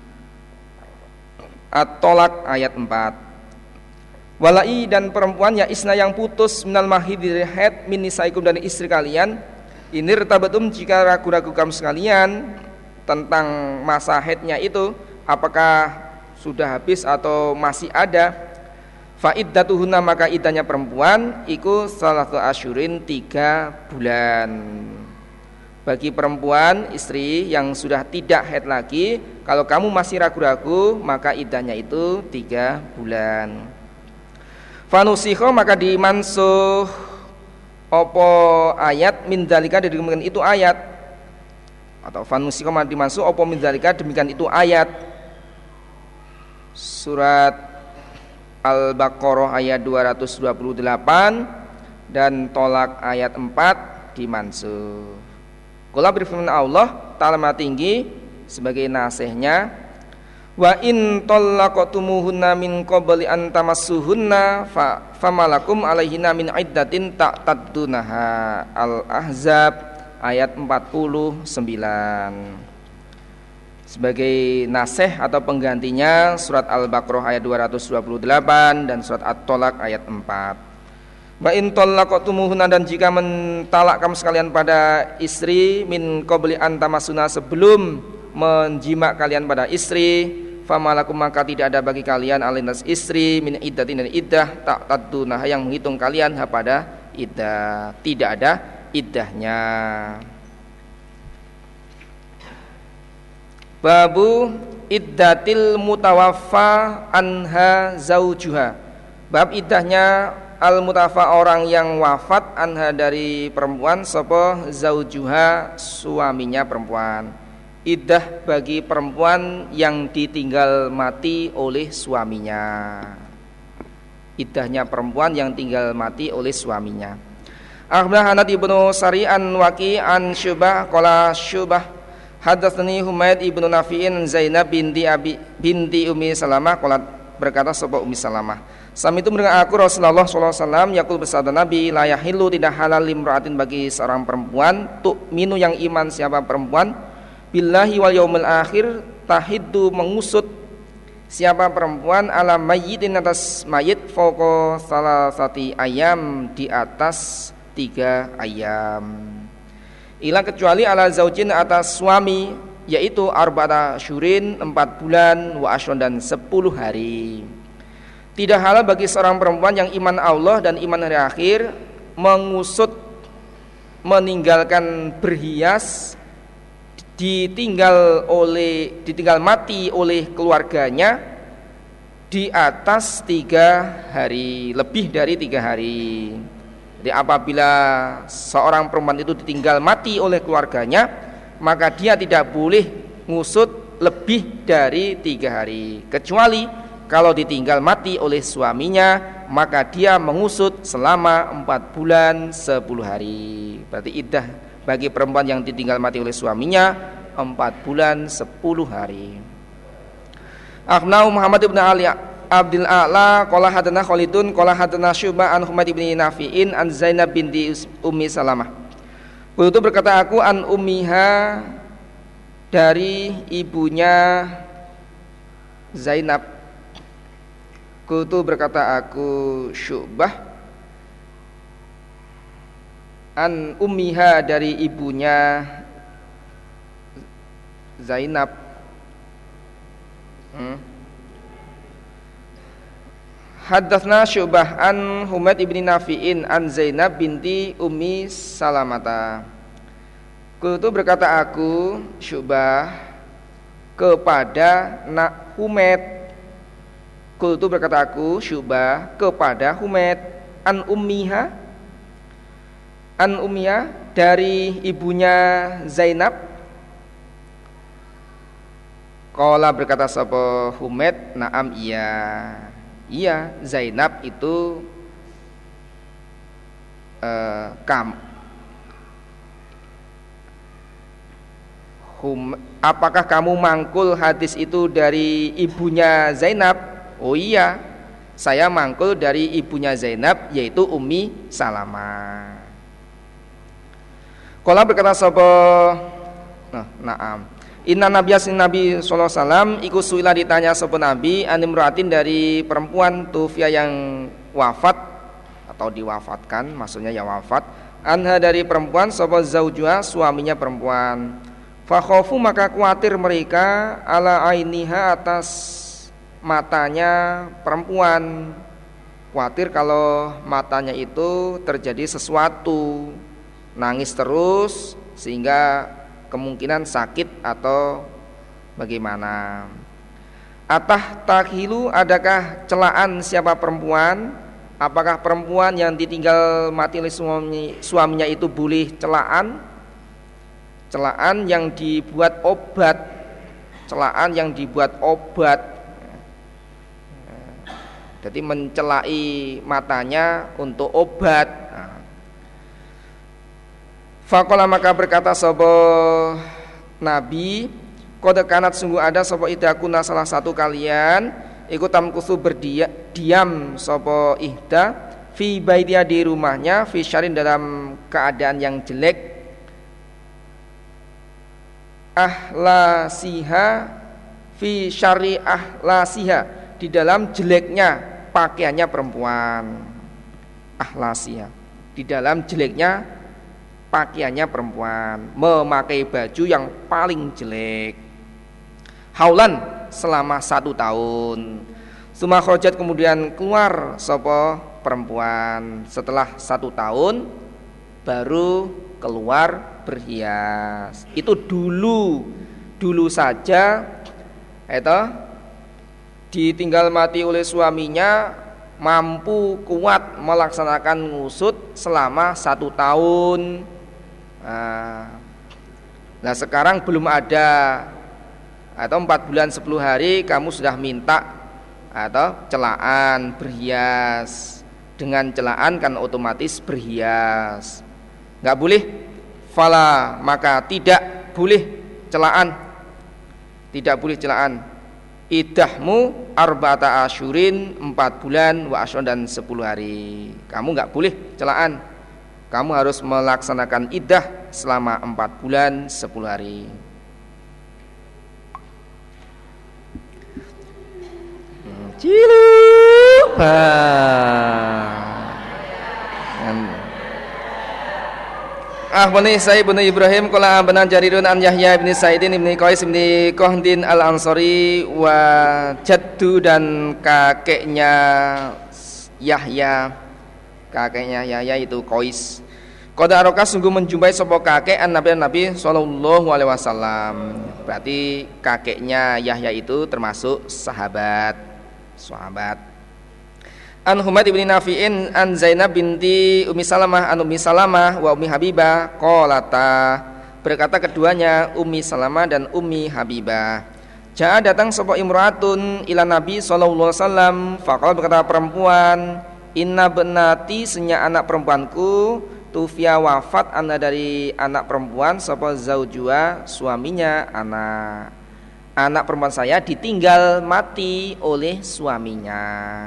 At-Tolak ayat empat. Walai dan perempuan ya isna yang putus minal mahid dari haid min nisaikum dari istri kalian, inir tabatum jika ragu-ragu kamu sekalian tentang masa haidnya itu apakah sudah habis atau masih ada, fa iddatuhunna maka iddahnya perempuan iku salatu asyurin tiga bulan. Bagi perempuan istri yang sudah tidak haid lagi, kalau kamu masih ragu-ragu maka iddahnya itu tiga bulan. Fanusikho maka dimansuh opo ayat min dzalika demikian itu ayat, atau fanusikho maka dimansuh opo min dzalika demikian itu ayat. Surat Al-Baqarah ayat dua ratus dua puluh delapan dan Tolak ayat empat dimansuh. Qala berfirman Allah Ta'ala Maha Tinggi sebagai nasihnya, wa in tallaqtumuhunna min qabli an tamassuhunna fa famalakum alaihinna min iddatin ta'taddunaha. Al-Ahzab ayat empat puluh sembilan. Sebagai nasih atau penggantinya surat Al-Baqarah ayat dua ratus dua puluh delapan dan surat At-Tolak ayat empat. Wa in tallaqtumuhunna dan jika mentalak kamu sekalian pada istri min qabli an tamassuna sebelum menjima kalian pada istri, famalakum maka tidak ada bagi kalian alinas istri min iddatin dan iddah tak tadunah yang menghitung kalian pada iddah, tidak ada iddahnya. Babu iddatil mutawaffa anha zaujuha. Bab iddahnya al-mutafa orang yang wafat anha dari perempuan sapa zaujuha suaminya perempuan. Iddah bagi perempuan yang ditinggal mati oleh suaminya. Iddahnya perempuan yang tinggal mati oleh suaminya. Akhbarana Hanad ibnu Sari an Waqi an Syubah qala Syubah hadatsani Humaid ibnu Nafi'in Zainab binti Abi binti Ummi Salamah qalat berkata sapa Ummi Salamah, Sami itu mendengar aku Rasulullah sallallahu alaihi wasallam yaqul bersabda Nabi, la yahillu tidak halal limra'atin bagi seorang perempuan tu'minu yang iman siapa perempuan billahi wal yaumil akhir tahiddu mengusut siapa perempuan ala mayyitin atas mayit fauqa salasati ayam di atas tiga ayam. Ila kecuali ala zaujin atas suami yaitu arba'ata syurin empat bulan wa ashron dan sepuluh hari. Tidak halal bagi seorang perempuan yang iman Allah dan iman hari akhir mengusut meninggalkan berhias ditinggal oleh ditinggal mati oleh keluarganya di atas tiga hari, lebih dari tiga hari. Jadi apabila seorang perempuan itu ditinggal mati oleh keluarganya, maka dia tidak boleh ngusut lebih dari tiga hari, kecuali kalau ditinggal mati oleh suaminya, maka dia mengusut selama empat bulan sepuluh hari. Berarti iddah bagi perempuan yang ditinggal mati oleh suaminya empat bulan sepuluh hari. Akhbarana Muhammad ibn Ali Abdul A'la qala hadana Khalidun qala hadana Syu'bah an Humaid bin Nafi'in an Zainab binti Ummi Salamah. Qultu berkata aku an ummiha dari ibunya Zainab. Qultu berkata aku Syu'bah an ummiha dari ibunya Zainab. Hmm. Haddatsna Syu'bah an Humaid ibn Nafi'in an Zainab binti Ummi Salamata. Qultu berkata aku Syu'bah kepada nak Humaid. Qultu berkata aku Syu'bah kepada Humaid an ummiha an ummiha dari ibunya Zainab. Qala berkata sapa Humaid na'am iya. Iya, Zainab itu uh, kam. Hum, apakah kamu mangkul hadis itu dari ibunya Zainab? Oh iya, saya mangkul dari ibunya Zainab yaitu Ummi Salamah. Qala berkata sapa nah, na'am. Inna nabiyyasin nabi sallallahu alaihi wasallam iku suila ditanya sapa nabi animraatin dari perempuan tufia yang wafat atau diwafatkan, maksudnya yang wafat, anha dari perempuan sapa zaujua suaminya perempuan. Fa khaufu maka khawatir mereka ala ainiha atas matanya perempuan. Khawatir kalau matanya itu terjadi sesuatu, nangis terus sehingga kemungkinan sakit atau bagaimana. Atah tahilu adakah celaan siapa perempuan? Apakah perempuan yang ditinggal mati oleh suami, suaminya itu boleh celaan? Celaan yang dibuat obat, celaan yang dibuat obat. Jadi mencelai matanya untuk obat. Faqala maka berkata sapa Nabi, qad kanat sungguh ada sapa idakuna salah satu kalian iku tamkusu berdiam sapa ihda fi baitiha di rumahnya fi syarin dalam keadaan yang jelek, ahlasiha fi syari ahlasiha di dalam jeleknya pakaiannya perempuan, ahlasiha di dalam jeleknya pakaiannya perempuan, memakai baju yang paling jelek. Haulan selama satu tahun. Suma khrajat kemudian keluar sapa perempuan setelah satu tahun baru keluar berhias. Itu dulu dulu saja itu ditinggal mati oleh suaminya mampu kuat melaksanakan ngusut selama satu tahun. Nah sekarang belum ada atau empat bulan sepuluh hari kamu sudah minta atau celaan berhias. Dengan celaan kan otomatis berhias, nggak boleh. Fala maka tidak boleh celaan, tidak boleh celaan. Idahmu arba'ata asyurin empat bulan wa asyron dan sepuluh hari. Kamu nggak boleh celaan. Kamu harus melaksanakan iddah selama empat bulan sepuluh hari. Cilupa. Ah bani Sa'id bin Ibrahim qala abana Jarirun an Yahya bin Sa'idin bin Qais bin Qahdin al-Ansari wa jaddu dan kakeknya Yahya, kakeknya Yahya itu Qais. Qad araka sungguh menjumpai sapa kakek an Nabi Nabi sallallahu alaihi wasallam. Berarti kakeknya Yahya itu termasuk sahabat, sahabat. An Humaid bin Nafi'in an Zainab binti Ummi Salamah an Ummi Salamah wa Ummi Habibah qalata, berkata keduanya Ummi Salamah dan Ummi Habibah. Ja'a datang sapa imraatun ila Nabi sallallahu alaihi wasallam, faqala berkata perempuan, inna benati senya anak perempuanku tufia wafat anna dari anak perempuan sapa zaujua suaminya anak. anak perempuan saya ditinggal mati oleh suaminya.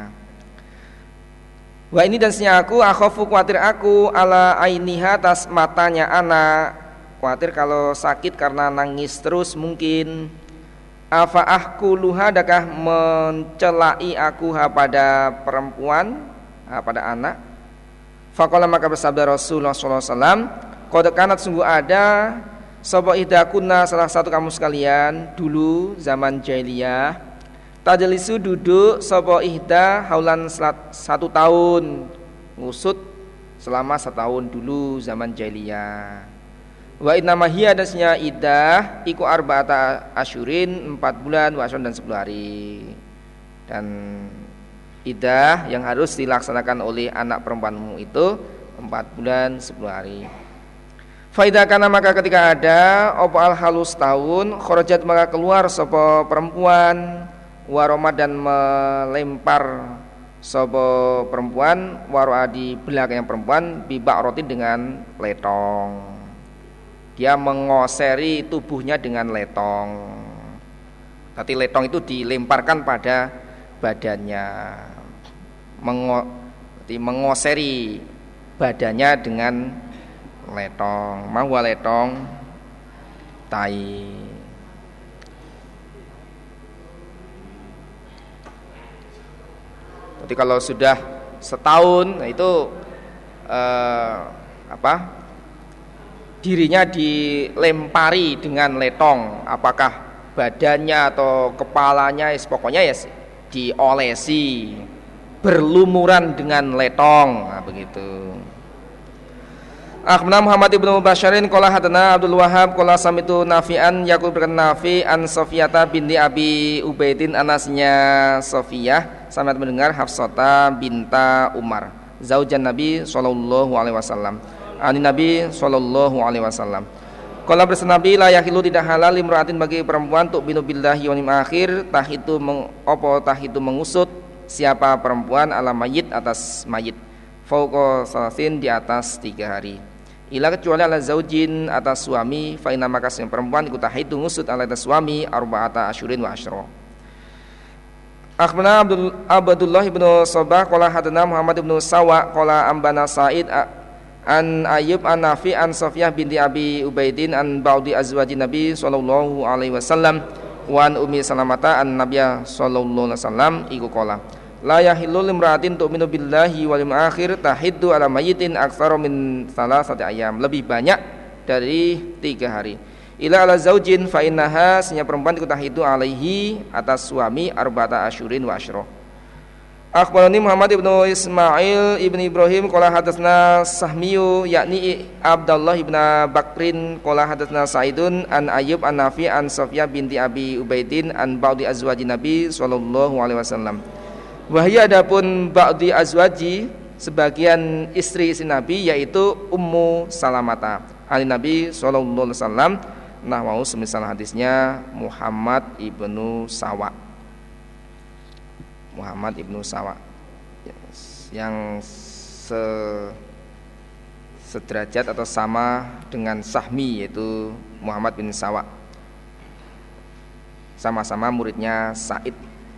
Wa ini dan sesungguhnya aku akhafu khawatir aku ala ainiha atas matanya anak, khawatir kalau sakit karena nangis terus mungkin. Afa ahkuluha, adakah mencelai aku ha pada perempuan, ha pada anak. Faqala, maka bersabda Rasulullah sallallahu alaihi wasallam, qad kanat, sungguh ada sapa ihdakunna, salah satu kamu sekalian dulu zaman jahiliyah, tajlisu duduk sapa ihda haulan satu tahun, ngusut selama setahun dulu zaman jahiliyah. Wa inna ma hiya, dasnya iddah iku arba'ata asyurin, empat bulan wa asyun dan sepuluh hari. Dan iddah yang harus dilaksanakan oleh anak perempuanmu itu empat bulan sepuluh hari. Fa idza kana, maka ketika ada apa al halus tahun, kharajat, maka keluar sapa perempuan, waroma, dan melempar sapa perempuan, waroa, di belakang perempuan, bi ba'roti, dengan letong. Dia mengoseri tubuhnya dengan letong. Tapi letong itu dilemparkan pada badannya, Mengo, mengoseri badannya dengan letong. Mahwa letong tai. Jadi kalau sudah setahun, nah itu eh, apa? dirinya dilempari dengan letong, apakah badannya atau kepalanya, pokoknya ya diolesi, berlumuran dengan letong, nah, begitu. Akhbarana Muhammad ibnu Basharin qala hadana Abdul Wahhab qala samitu Nafi'an yaqul, berkata Nafi an Sofiyata binti Abi Ubaidin, anasnya Sofiyah sangat mendengar Hafsata binta Umar, zaujan Nabi sallallahu alaihi wasallam, ani Nabi sallallahu alaihi wasallam. Qala, bersabda Nabi, la yahilu, tidak halal limra'atin, bagi perempuan, tuh binu billahi yaumil akhir, tah itu meng, opo tah itu mengusut siapa perempuan ala mayit, atas mayit, fauqa salasin, di atas tiga hari, ila kecuali ala zaujin, atas suami, fa inna, maka yang perempuan ikut tah itu ngusut ala atas suami arba'ata asyurin wa asyra. Akhbarana Abdul Abdullah ibnu Sabah qala hadana Muhammad ibnu Sawa qala ambana Sa'id an Ayyub an Nafi an Sofiyah binti Abi Ubaidin an ba'di azwaji Nabi sallallahu alaihi wasallam wa an Ummi Salamata an Nabiyya sallallahu alaihi wasallam iku qala, la yahillu limra'atin tu'minu billahi wal yawmil akhir tahiddu ala mayyitin aktsara min salasati ayyam, lebih banyak dari tiga hari, ila ala zaujin fa innaha, senya perempuan ikut tahidu alaihi, atas suami, arba'ata asyurin wa asyra. Akhbarani Muhammad ibnu Ismail ibnu Ibrahim qala hadatsna Sahmiyu, yakni Abdullah ibnu Bakrin qala hadatsna Sa'idun an Ayyub an Nafi an Sofiyah binti Abi Ubaidin an ba'di azwaji Nabi sallallahu alaihi wasallam. Wahya, adapun ba'di azwaji, sebagian istri-istri Nabi, yaitu Ummu Salamata, ali Nabi sallallahu alaihi wasallam, nah mau semisal hadisnya Muhammad ibnu Sawa. Muhammad ibnu Sawa yang se sederajat atau sama dengan Sahmi, yaitu Muhammad bin Sawa, sama-sama muridnya Sa'id.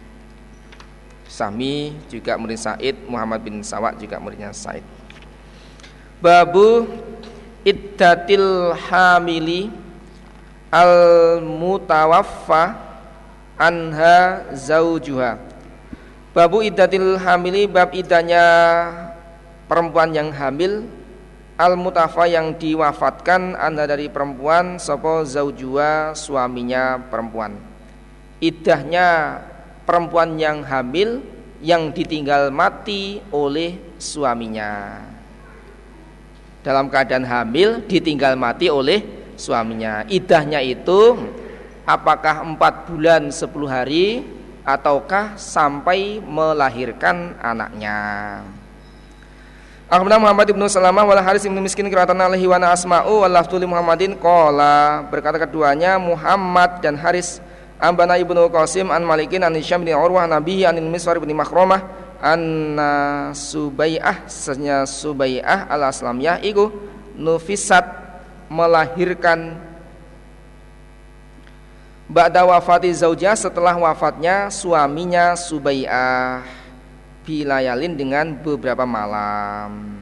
Sahmi juga murid Sa'id, Muhammad bin Sawa juga muridnya Sa'id. Babu iddatil hamili al mutawaffa anha zaujuha. Babu iddatil hamili, bab idahnya perempuan yang hamil, al mutafa, yang diwafatkan, anda dari perempuan, sopo zaujua, suaminya perempuan. Idahnya perempuan yang hamil yang ditinggal mati oleh suaminya, dalam keadaan hamil ditinggal mati oleh suaminya. Idahnya itu apakah empat bulan sepuluh hari ataukah sampai melahirkan anaknya. Akhbarana Muhammad ibnu Salamah wal Haris ibnu Miskin qira'atan alaihi wa asma'u wal lafdhu li Muhammadin qala, berkata keduanya Muhammad dan Haris, ambana ibnu Qasim an Malikin an Hisham bin Urwah nabihi an Miswar bin Makhramah anna Subai'ah, sesnya Subai'ah al-Aslamiyah iku nufisat, melahirkan Ba'da wafati zaujah, setelah wafatnya suaminya Subai'ah, bilayalin dengan beberapa malam.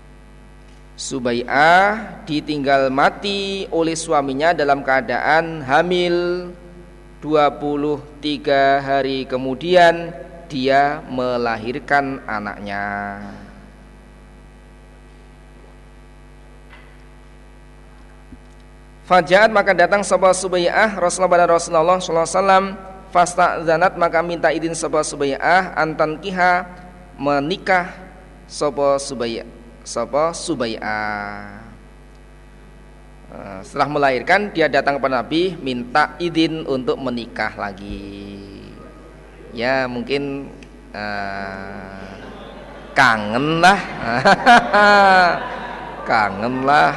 Subai'ah ditinggal mati oleh suaminya dalam keadaan hamil. Dua puluh tiga hari kemudian dia melahirkan anaknya. Fajaat, maka datang sapa Subai'ah Rasulullah pada Rasulullah sallallahu alaihi wasallam, fasta'zanat, maka minta izin sapa Subai'ah antan kiha, menikah sapa Subai'ah sapa Subai'ah. Setelah melahirkan dia datang kepada Nabi minta izin untuk menikah lagi. Ya mungkin uh, kangen lah. Kangen lah.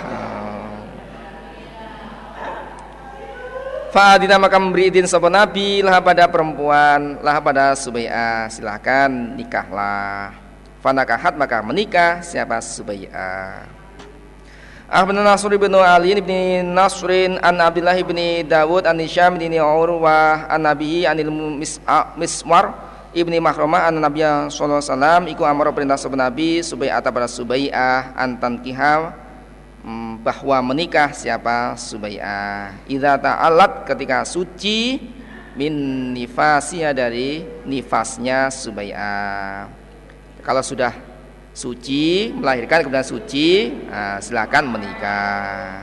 Fa'adina, maka memberi izin sapa Nabi lah pada perempuan, lah pada Subai'ah, silahkan nikahlah. Fanakahat, maka menikah siapa Subai'ah. Ahbana Nasr bin Ali bin Nasrin an Abdullah bin Dawud an Hisham bin Urwah an Nabi anil Miswar ibni Makhramah an Nabi sallallahu alaihi wasallam iku amara perintah sapa Nabi Subai'ah pada Subai'ah antan kiham, bahwa menikah siapa Subai'ah. Idza ta'alat, ketika suci, min nifasiha, dari nifasnya Subai'ah. Kalau sudah suci, melahirkan kemudian suci, nah, silakan menikah.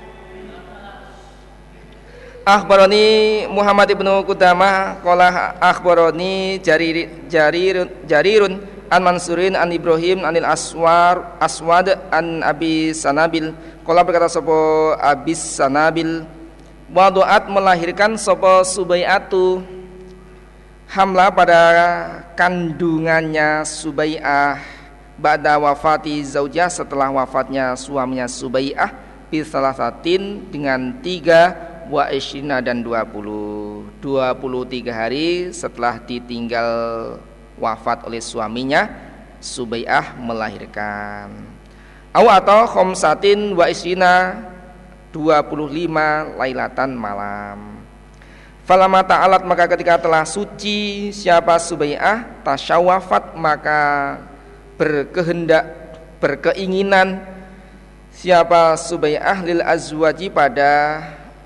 Akhbarani Muhammad ibnu Qudamah qala akhbarani Jarir Jarir Jarirun an Mansurin an Ibrahim anil Aswar Aswad an Abi Sanabil qala, berkata sapa Abi Sanabil, wadu'at, melahirkan sapa Subai'atu hamla, pada kandungannya Subai'ah, ba'da wafati zaujah, setelah wafatnya suaminya Subai'ah, bi salasatin, dengan tiga, wa ishrina, dan dua puluh dua puluh tiga hari setelah ditinggal wafat oleh suaminya, Subai'ah melahirkan. Aw atau khamsatin wa ishrina, dua puluh lima lailatan, malam. Falamma ta'alat, maka ketika telah suci siapa Subai'ah, tasyawafat, maka berkehendak, berkeinginan siapa Subai'ah lil azwaji, pada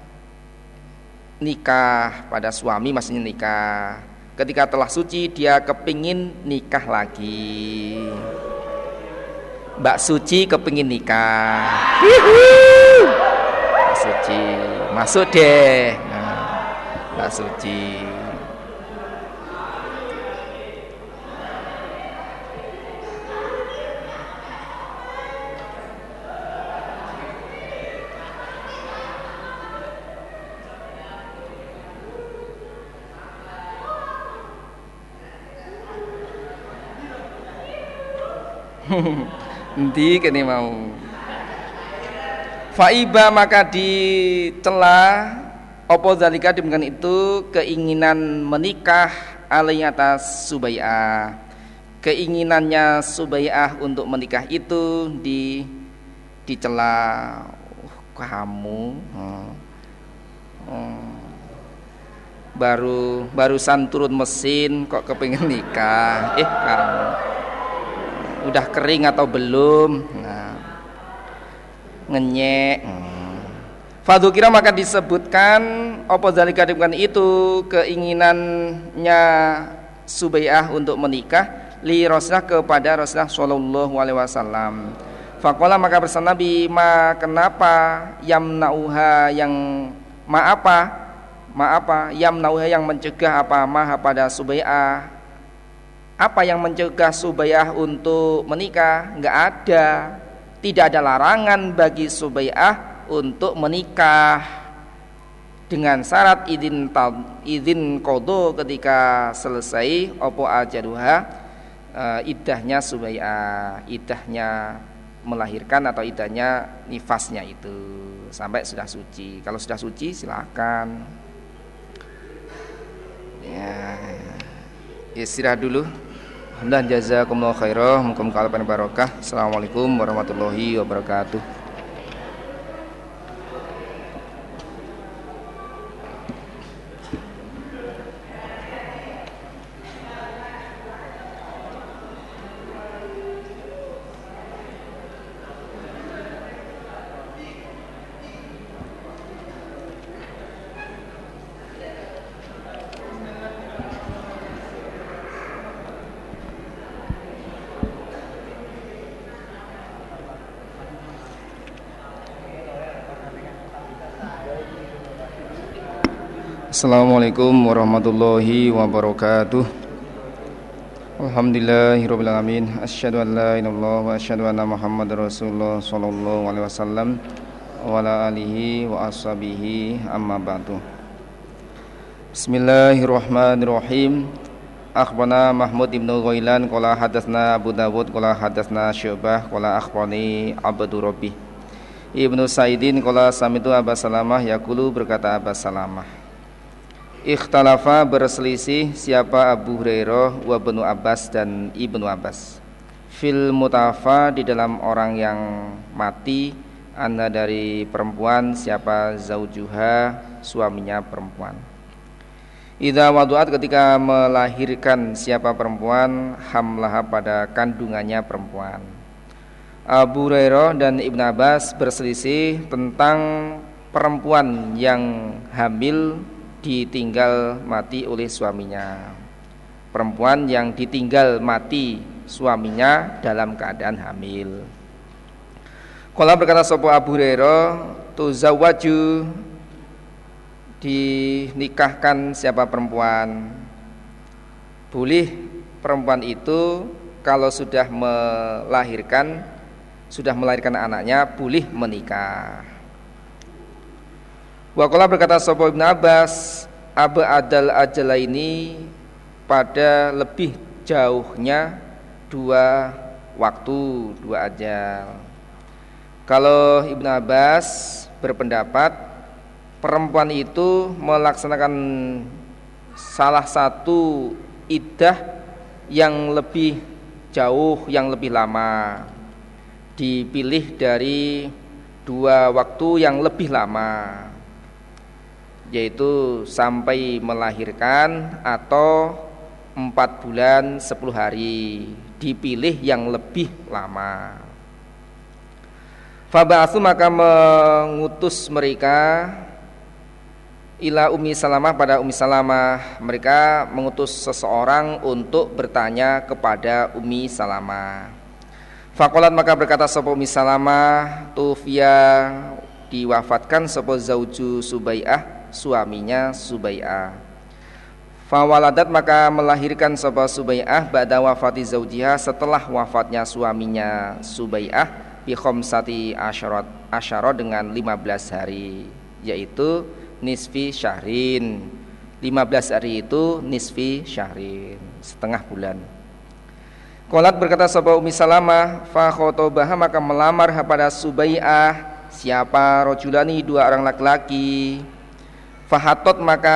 nikah, pada suami, maksudnya nikah. Ketika telah suci dia kepingin nikah lagi. Mbak Suci kepingin nikah. Mbak Suci masuk deh. Nah, Mbak Suci. Nanti kene mau faiba, maka dicela opo zalika, dengan itu keinginan menikah alai atas Subai'ah, keinginannya Subai'ah untuk menikah itu di dicela. Oh, kamu oh, oh, baru barusan turun mesin kok kepingin nikah, eh kamu udah kering atau belum? Nah, ngenyek. Hmm. Fadzukira, maka disebutkan apa zalika, dengan itu keinginannya Subai'ah untuk menikah li Rasulullah, kepada Rasulullah sallallahu alaihi wasallam. Faqala, maka bersabda Nabi, ma kenapa yamnauha, yang ma apa? Ma apa? Yamnauha, yang mencegah apa? Ma pada Subai'ah. Apa yang mencegah Subai'ah untuk menikah? Enggak ada. Tidak ada larangan bagi Subai'ah untuk menikah, dengan syarat izin izin qadha, ketika selesai opo ajaduha, uh, iddahnya Subai'ah, iddahnya melahirkan atau iddahnya nifasnya itu, sampai sudah suci. Kalau sudah suci silakan. Ya, istirahat dulu. Alhamdulillah, jazakumullah khairah, muka-muka alapan barokah. Assalamualaikum warahmatullahi wabarakatuh. Assalamualaikum warahmatullahi wabarakatuh. Alhamdulillahirabbil alamin. Asyhadu an la ilaha illallah wa asyhadu anna Muhammadar Rasulullah sallallahu alaihi wasallam wa ala alihi wa ashabihi amma ba'du. Bismillahirrahmanirrahim. Akhbarana Mahmud ibnu Ghailan qala hadatsna Abu Dawud qala hadatsna Syu'bah qala akhbarani Abdur Rabbih Ibnu Sa'idin qala sami'tu Aba Salamah yaqulu berkata Aba Salamah, ikhtalafa berselisih siapa Abu Hurairah wa Ibnu Abbas dan Ibnu Abbas fil mutafa di dalam orang yang mati, anda dari perempuan siapa zaujuha suaminya perempuan. Idza wadu'at ketika melahirkan siapa perempuan hamlaha pada kandungannya perempuan. Abu Hurairah dan Ibnu Abbas berselisih tentang perempuan yang hamil ditinggal mati oleh suaminya. Perempuan yang ditinggal mati suaminya dalam keadaan hamil. Qala berkata sapa Abu Hurairah, tuzawwaju dinikahkan siapa perempuan. Boleh perempuan itu kalau sudah melahirkan sudah melahirkan anaknya boleh menikah. Waqala berkata sapa Ibnu Abbas, Aba adal ajala ini pada lebih jauhnya dua waktu, dua ajal. Kalau Ibnu Abbas berpendapat perempuan itu melaksanakan salah satu iddah yang lebih jauh, yang lebih lama, dipilih dari dua waktu yang lebih lama, yaitu sampai melahirkan atau empat bulan sepuluh hari, dipilih yang lebih lama. Faba'atsu maka mengutus mereka ila Ummi Salamah pada Ummi Salamah, mereka mengutus seseorang untuk bertanya kepada Ummi Salamah. Faqalat maka berkata sapa Ummi Salamah, tufiya diwafatkan sapa zauju Subai'ah suaminya Subai'ah. Fawaladat maka melahirkan sapa Subai'ah ba'da wafati zaujiha setelah wafatnya suaminya Subai'ah bi khamsati asyarat asyara dengan lima belas hari, yaitu nisfi syahrin. lima belas hari itu nisfi syahrin, setengah bulan. Qalat berkata sapa Ummi Salamah, fa khotobaha maka melamar kepada Subai'ah siapa rajulani dua orang laki-laki. Fahatot maka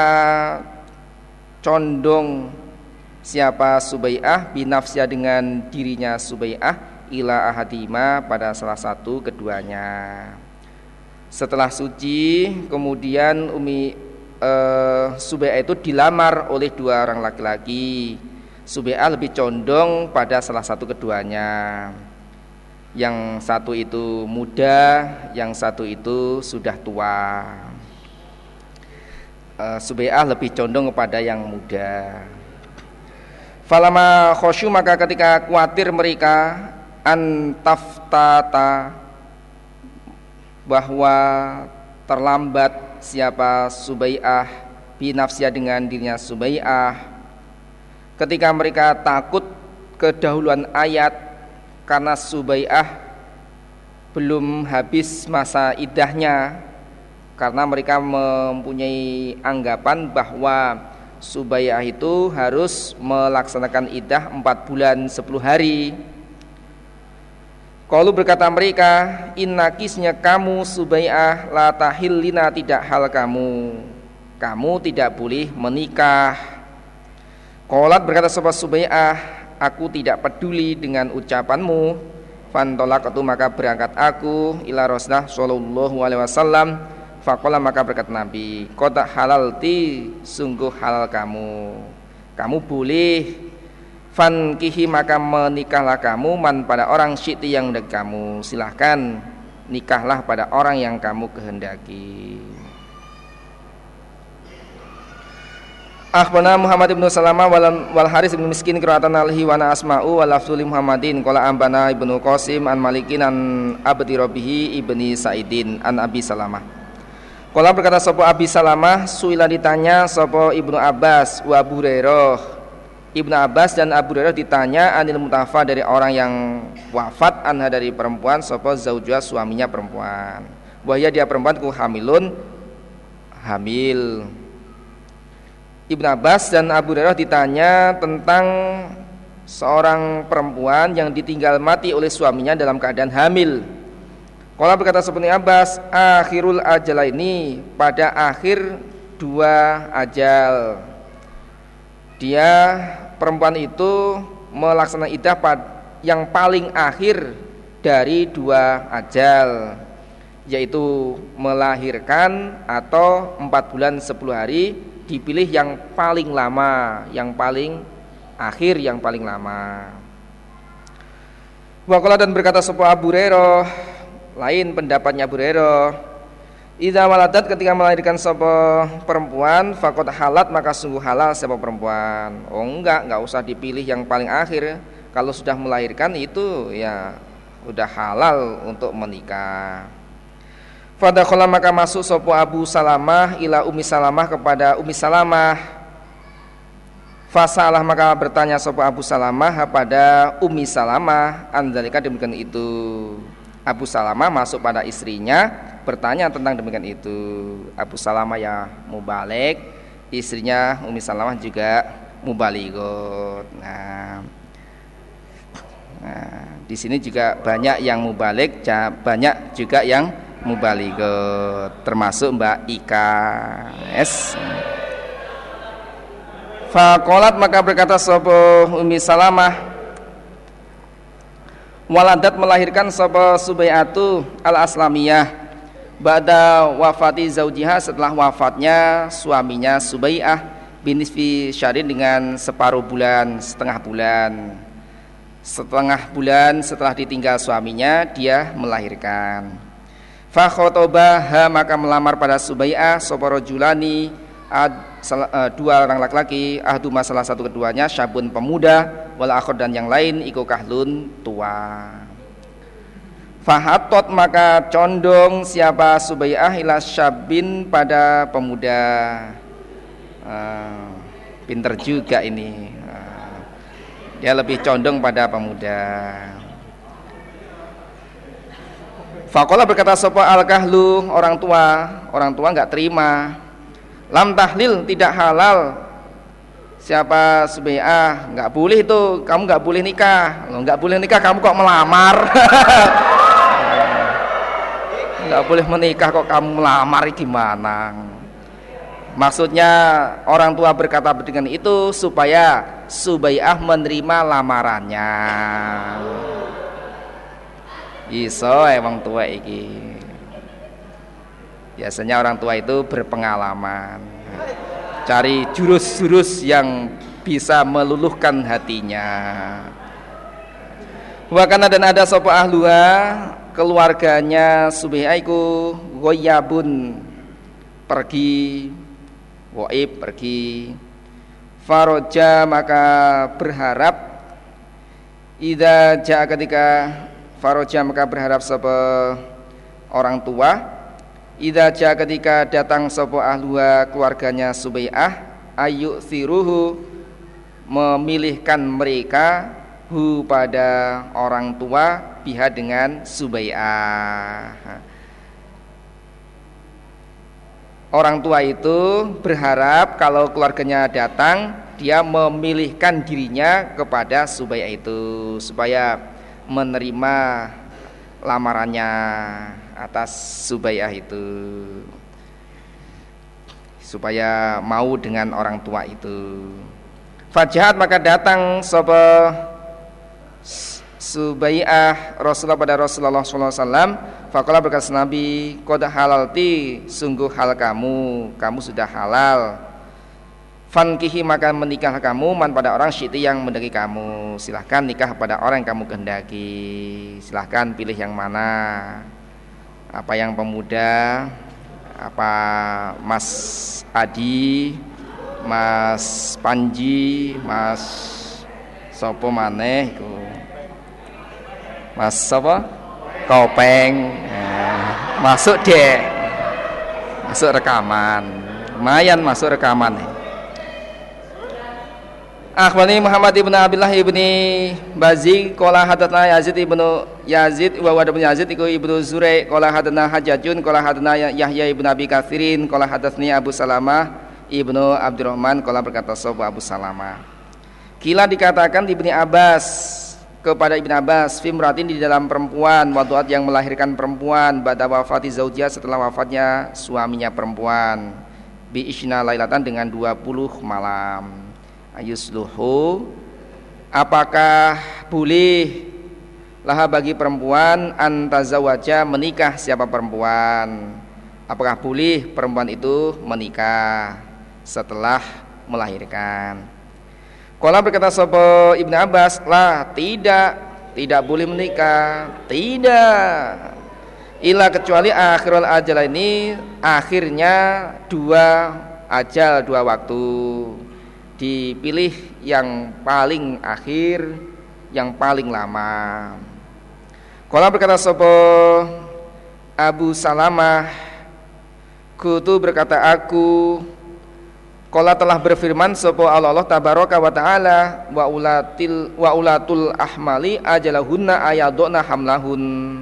condong siapa Subai'ah binafsia dengan dirinya Subai'ah ila ahadima pada salah satu keduanya. Setelah suci kemudian Umi uh, Subai'ah itu dilamar oleh dua orang laki-laki. Subai'ah lebih condong pada salah satu keduanya. Yang satu itu muda, yang satu itu sudah tua. Uh, Subai'ah lebih condong kepada yang muda. Falama khosyu maka ketika khawatir mereka antaftata bahwa terlambat siapa Subai'ah binafsia dengan dirinya Subai'ah, ketika mereka takut kedahuluan ayat karena Subai'ah belum habis masa iddahnya, karena mereka mempunyai anggapan bahwa Subai'ah itu harus melaksanakan iddah empat bulan sepuluh hari. Qalu berkata mereka, innakisnya kamu Subai'ah la tahillina tidak hal kamu, kamu tidak boleh menikah. Qalat berkata sapa Subai'ah, aku tidak peduli dengan ucapanmu. Fantolaqatu maka berangkat aku ila Rasulullah sallallahu alaihi wasallam. Faqala maka berkata Nabi, qad halalti sungguh halal kamu, kamu boleh. Fankihi maka menikahlah kamu man pada orang syi'ti yang hendak kamu, silahkan nikahlah pada orang yang kamu kehendaki. Akhbarana Muhammad ibnu Salamah wal Haris ibnu Miskin qira'atan alhi wa ana asma'u wa lafzul Muhammadin qala ambana ibnu Qasim an Malikin an Abdi Rabbih ibni Sa'idin an Abi Salamah. Kala berkata sapa Abi Salamah, suila ditanya sapa Ibnu Abbas wa Abu Hurairah. Ibnu Abbas dan Abu Hurairah ditanya anil mutafa dari orang yang wafat, anha dari perempuan, sapa zaujah suaminya perempuan. Wahya dia perempuan ku hamilun, hamil. Ibnu Abbas dan Abu Hurairah ditanya tentang seorang perempuan yang ditinggal mati oleh suaminya dalam keadaan hamil. Qala berkata seperti Abbas, akhirul ajal ini, pada akhir dua ajal. Dia perempuan itu melaksanakan iddah yang paling akhir dari dua ajal, yaitu melahirkan atau empat bulan sepuluh hari, dipilih yang paling lama, yang paling akhir, yang paling lama. Wa qala dan berkata sebuah Abu Hurairah, lain pendapatnya Abu Hurairah, idza waladat ketika melahirkan sebuah perempuan, faqad halat maka sungguh halal sebuah perempuan. Oh enggak, enggak usah dipilih yang paling akhir. Kalau sudah melahirkan itu ya udah halal untuk menikah. Fadakhala maka masuk sapa Abu Salamah ila Ummi Salamah kepada Ummi Salamah. Fasalah maka bertanya sapa Abu Salamah pada Ummi Salamah, andzalika demikian itu. Abu Salamah masuk pada istrinya bertanya tentang demikian itu. Abu Salamah ya mubalik, istrinya Ummi Salamah juga mubalighot. Nah, nah, di sini juga banyak yang mubalik, banyak juga yang mubalighot, termasuk Mbak Ika. Yes. Faqalat maka berkata sapa Ummi Salamah, waladat melahirkan sapa Subai'atu al-Aslamiyah ba'da wafati zaujiha, setelah wafatnya suaminya Subai'ah, binisfi syahrin dengan separuh bulan, setengah bulan. Setengah bulan setelah ditinggal suaminya dia melahirkan. Fa khotobaha maka melamar pada Subai'ah sapa rajulani, dua orang laki-laki, ahduma salah satu keduanya syabun pemuda, wal akhir dan yang lain iku kahlun tua. Fahatot maka condong siapa Subai'ah ila syabin pada pemuda. uh, Pinter juga ini, uh, dia lebih condong pada pemuda. Faqala berkata sapa al-kahlu, orang tua, orang tua enggak terima. Lam tahlil, tidak halal siapa Subai'ah, enggak boleh itu, kamu enggak boleh nikah. Loh, enggak boleh nikah kamu kok melamar. Enggak boleh menikah kok kamu melamar, gimana? Maksudnya orang tua berkata dengan itu supaya Subai'ah menerima lamarannya. Iso emang tua iki. Biasanya orang tua itu berpengalaman, cari jurus-jurus yang bisa meluluhkan hatinya. Wakana dan ada sapa ahluha, keluarganya Subai'ah iku ghoyabun, pergi, waib pergi. Faroja maka berharap, idza jaa ketika faroja maka berharap sapa orang tua, idza jaa ketika datang sapa ahluha keluarganya Subai'ah, ayu siruhu memilihkan mereka hu pada orang tua biha dengan Subai'ah. Orang tua itu berharap kalau keluarganya datang, dia memilihkan dirinya kepada Subai'ah itu supaya menerima lamarannya atas Subai'ah itu, supaya mau dengan orang tua itu. Fajahat maka datang sapa Subai'ah Rasulullah pada Rasulullah sallallahu alaihi wasallam. Faqala berkata Nabi, qad halalti, sungguh hal kamu, kamu sudah halal. Fankihi maka menikah kamu man pada orang syiti yang mendaki kamu. Silahkan nikah pada orang yang kamu kehendaki. Silahkan pilih yang mana, apa yang pemuda, apa Mas Adi, Mas Panji, Mas sopo maneh iku, Mas sapa Kopeng, nah, masuk deh. Masuk rekaman. Lumayan masuk rekaman. Akhbarani Muhammad ibn Abdullah ibni Bazi qala hadatsana Yazid ibnu Yazid wa Wad bin Yazid iku ibnu Zurai qala hadatsana Hajjajun qala hadatsana Yahya ibnu Abi Katsirin qala hadatsani Abu Salamah ibnu Abdurrahman qala berkata sapa Abu Salamah. Kila dikatakan Ibni Abbas kepada Ibn Abbas fimratin di dalam perempuan waduat yang melahirkan perempuan ba'da wafati zaujiyah setelah wafatnya suaminya perempuan bi isna lailatan dengan dua puluh malam. Ayusluhu apakah boleh laha bagi perempuan antazawaja menikah siapa perempuan? Apakah boleh perempuan itu menikah setelah melahirkan? Qala berkata sapa Ibnu Abbas, lah tidak, tidak boleh menikah, tidak. Ila kecuali akhirul ajal ini akhirnya dua ajal, dua waktu. Dipilih yang paling akhir, yang paling lama. Qala berkata sapa Abu Salamah, kutu berkata aku Qala telah berfirman sapa Allah tabaraka wa taala wa ulatil wa ulatul ahmali ajalahunna ayaduna hamlahun.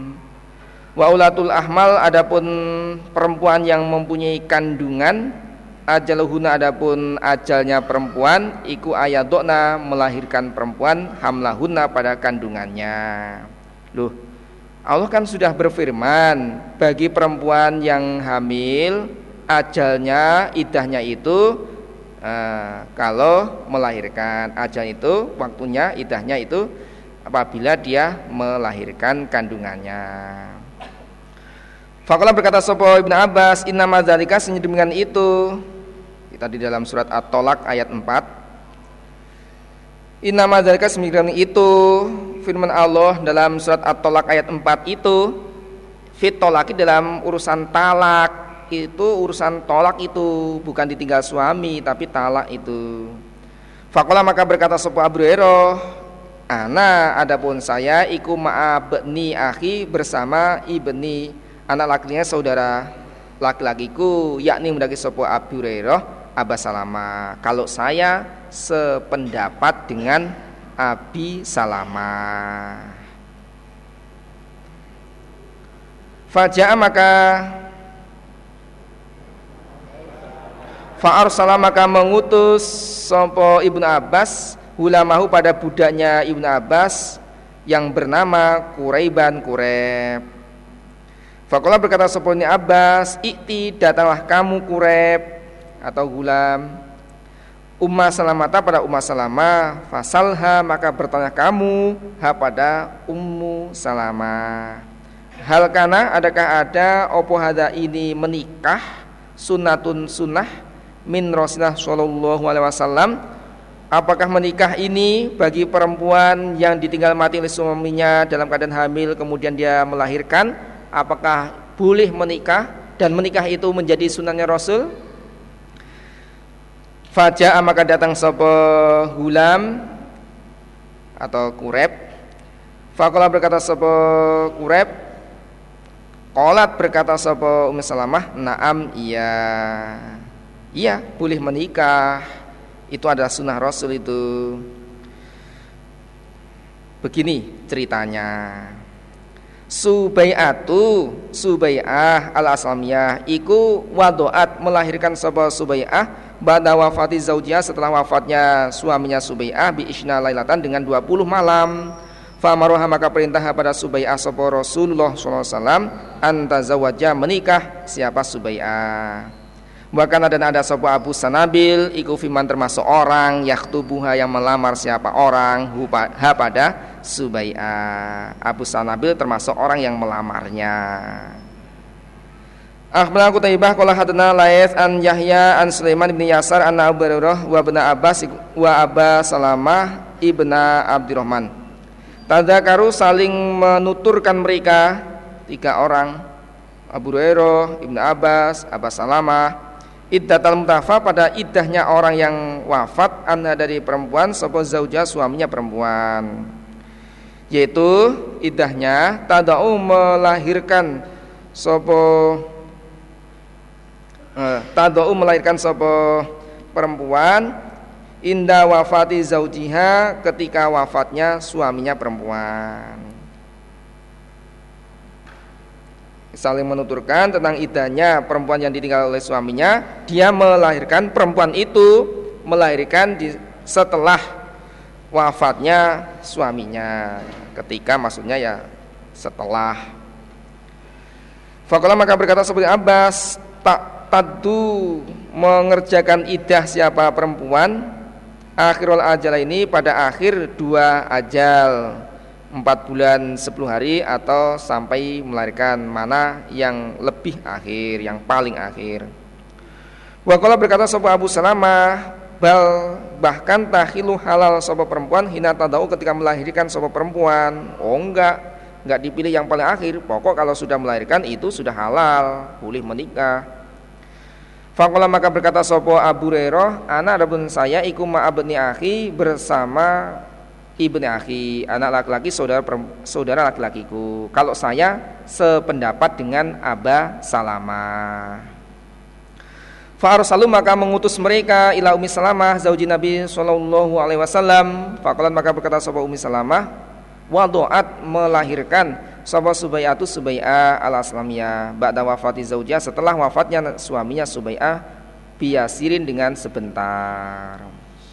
Wa ulatul ahmal adapun perempuan yang mempunyai kandungan, ajalahunna adapun ajalnya perempuan iku ayaduna melahirkan perempuan hamlahunna pada kandungannya. Loh, Allah kan sudah berfirman bagi perempuan yang hamil ajalnya idahnya itu Uh, kalau melahirkan ajal itu waktunya idahnya itu apabila dia melahirkan kandungannya. Faqala berkata sapa Ibnu Abbas innama dzalika sedemikian itu kita di dalam surat At-Tolak ayat empat. Innama dzalika sedemikian itu firman Allah dalam surat At-Tolak ayat empat itu fit tolaki dalam urusan talak itu urusan tolak itu bukan ditinggal suami tapi talak itu. Faqala maka berkata sapa Abu Hurairah, ana adapun saya iku ma'abni akhi bersama ibni anak lakinya saudara laki-lakiku yakni mendaki sapa Abu Hurairah Aba Salama. Kalau saya sependapat dengan Abi Salama. Faja'a maka Fa'arsala maka mengutus sapa Ibnu Abbas hulamahu pada budaknya Ibnu Abbas yang bernama Quraiban Quraib. Faqala berkata sapa Ibnu Abbas, "Ikti datanglah kamu Quraib atau gulam Umma Salamata pada Umma Salama, fasalha maka bertanya kamu ha pada Ummu Salama. Hal kana adakah ada opo hada ini menikah sunnatun sunnah min Rasulullah sallallahu alaihi wasallam, apakah menikah ini bagi perempuan yang ditinggal mati oleh suaminya dalam keadaan hamil kemudian dia melahirkan, apakah boleh menikah dan menikah itu menjadi sunahnya Rasul? Faja'a maka datang sapa Hulam atau Quraib. Faqala berkata sapa Quraib, qalat berkata sapa Ummu Salamah, na'am iya. Iya, boleh menikah. Itu adalah sunnah Rasul itu. Begini ceritanya. Subai'atu, Subai'ah al-Aslamiyah iku wadoat melahirkan sapa Subai'ah ba'da wafati zaujiyah setelah wafatnya suaminya Subai'ah bi isna lailatan dengan dua puluh malam. Famaroha maka perintah pada Subai'ah sapa Rasulullah sallallahu alaihi wasallam antazawaja menikah siapa Subai'ah. Bahkan ada ada sapa Abu Sanabil iku fiman termasuk orang yaktubuha yang melamar siapa orang ha pada Subai'ah. Abu Sanabil termasuk orang yang melamarnya. Akhbarana Qutaibah qala hadatsana Laits an Yahya an Sulaiman bin Yasar an Abu Hurairah wa ibn Abbas wa Aba Salamah ibna Abdurrahman. Tadzakaru saling menuturkan mereka tiga orang, Abu Hurairah, Ibnu Abbas, Aba Salamah, iddatal mutafa pada iddahnya orang yang wafat anna dari perempuan sapa zauja suaminya perempuan, yaitu iddahnya tadau melahirkan sapa eh, tadau melahirkan sapa perempuan inda wafati zaujiha ketika wafatnya suaminya perempuan. Saling menuturkan tentang idahnya perempuan yang ditinggal oleh suaminya, dia melahirkan, perempuan itu melahirkan di, setelah wafatnya suaminya. Ketika maksudnya ya setelah. Faqala maka berkata seperti Abbas, tak tadu mengerjakan idah siapa perempuan akhirul ajal ini pada akhir dua ajal, empat bulan sepuluh hari atau sampai melahirkan, mana yang lebih akhir, yang paling akhir. Wa qala berkata sapa Abu Salamah, bal bahkan tahilu halal sapa perempuan hina tadau ketika melahirkan sapa perempuan. Oh enggak, enggak dipilih yang paling akhir. Pokok kalau sudah melahirkan itu sudah halal, boleh menikah. Faqala maka berkata sapa Abu Hurairah, ana adapun saya iku ma'abni akhi bersama ibni akhi, anak laki-laki saudara saudara laki-lakiku. Kalau saya sependapat dengan Aba Salamah. Fa arsalu maka mengutus mereka ila Ummi Salamah zauji Nabi sallallahu alaihi wasallam. Faqalat maka berkata sapa Ummi Salamah, wadu'at melahirkan sapa Subai'atu Subai'ah al-Aslamiyah ba'da wafati zaujah setelah wafatnya suaminya Subai'ah biyasirin dengan sebentar.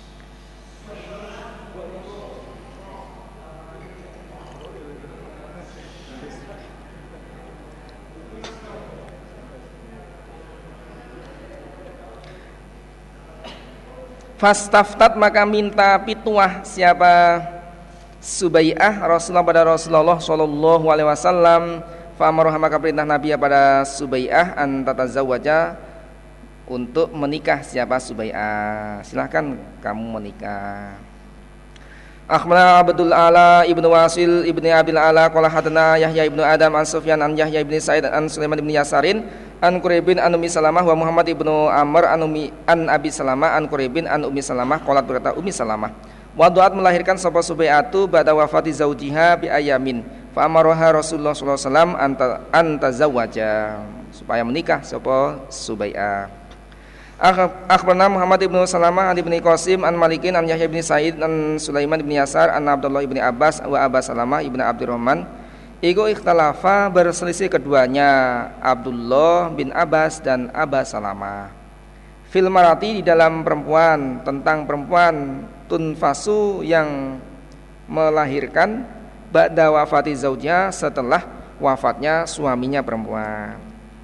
Fastaftat maka minta pituah siapa Subai'ah Rasulullah pada Rasulullah sallallahu alaihi wasallam. Fa amara maka perintah Nabi pada Subai'ah an tatazawwaja untuk menikah siapa Subai'ah. Silahkan kamu menikah. Akhbarana Abdul Ala ibnu Wasil ibni Abil Ala qala hadana Yahya ibnu Adam an Sufyan an Yahya ibni Sa'id an Sulaiman ibni Yasarin an Quraibin an Ummi Salamah wa Muhammad ibnu Amr an Ummi an Abi Salamah an Quraibin an Ummi Salamah qalat berkata Ummi Salamah wadu'at melahirkan sapa Subai'atu ba'da wafati zaujiha bi ayamin fa amaraha Rasulullah sallallahu alaihi wasallam an tazawwaja supaya menikah sapa Subai'ah. Akhbarana Muhammad ibnu Salamah an ibni Qasim an Malikin an Yahya ibni Sa'id an Sulaiman ibni Yasar an Abdullah ibni Abbas wa Aba Salamah ibni Abdurrahman iku ikhtalafa berselisih keduanya Abdullah bin Abbas dan Aba Salamah fil marati di dalam perempuan, tentang perempuan tunfasu yang melahirkan ba'da wafati zaujnya setelah wafatnya suaminya perempuan.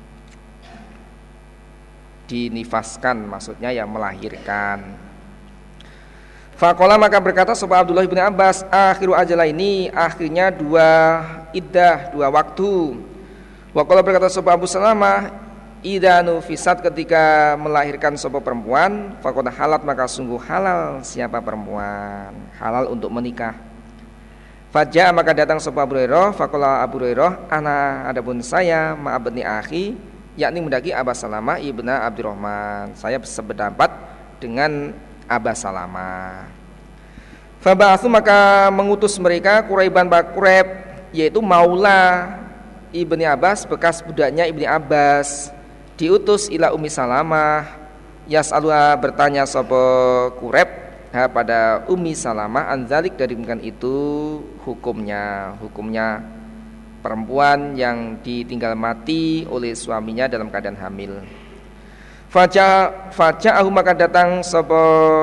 Dinifaskan maksudnya ya melahirkan. Faqala maka berkata sapa Abdullah bin Abbas, akhiru ajala ini akhirnya dua iddah, dua waktu. Wa qala berkata sapa Abu Salamah, idza nufisat ketika melahirkan sapa perempuan, faqad halat maka sungguh halal siapa perempuan, halal untuk menikah. Fajaa maka datang sapa Abu Hurairah, faqala Abu Hurairah, ana adapun saya ma'abni akhi, yakni mendaki Aba Salamah ibnu Abdurrahman. Saya sependapat dengan Aba Salamah. Faba'atsu maka mengutus mereka Quraiban Bakureb, yaitu maula ibni Abbas, bekas budaknya ibni Abbas, diutus ila Ummi Salamah. Yas'aluha bertanya sapa Qureb ha pada Ummi Salamah anzalik dari bukan itu hukumnya, hukumnya perempuan yang ditinggal mati oleh suaminya dalam keadaan hamil. Faja faja'ahu maka datang sapa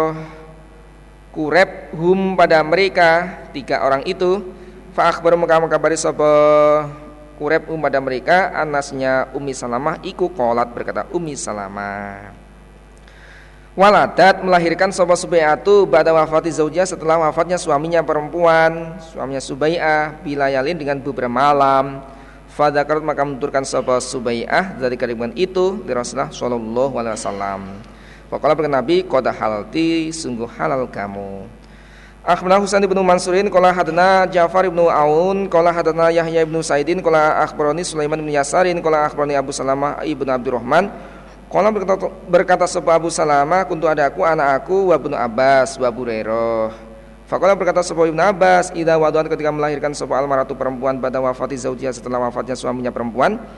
Qureb hum pada mereka tiga orang itu. Fa akhbaru maka mengkabari sapa Qureb hum pada mereka anasnya Ummi Salamah iku qalat berkata Ummi Salamah waladat melahirkan sapa Subai'atu ba'da wafati zaujah setelah wafatnya suaminya perempuan, suaminya Subai'ah bilayalin dengan beberapa malam. Fadzakarat maka menuturkan sapa Subai'ah dari kandungan itu di Rasulullah sallallahu alaihi wasallam. Faqala berkata Nabi qad halalti sungguh halal kamu. Akhbarana Husain bin Mansurin qala hadana Ja'far bin Aun qala hadana Yahya bin Sa'idin qala akhbarani Sulaiman bin Yasarin qala akhbarani Abu Salamah ibnu Abdurrahman. Qala berkata, berkata sapa Abu Salamah kuntu ada aku anak aku wa Ibnu Abbas wa Abu Hurairah. Faqala berkata sapa Ibnu Abbas idza wadu'at ketika melahirkan sapa almaratu perempuan pada wafati zaujiha setelah wafatnya suaminya perempuan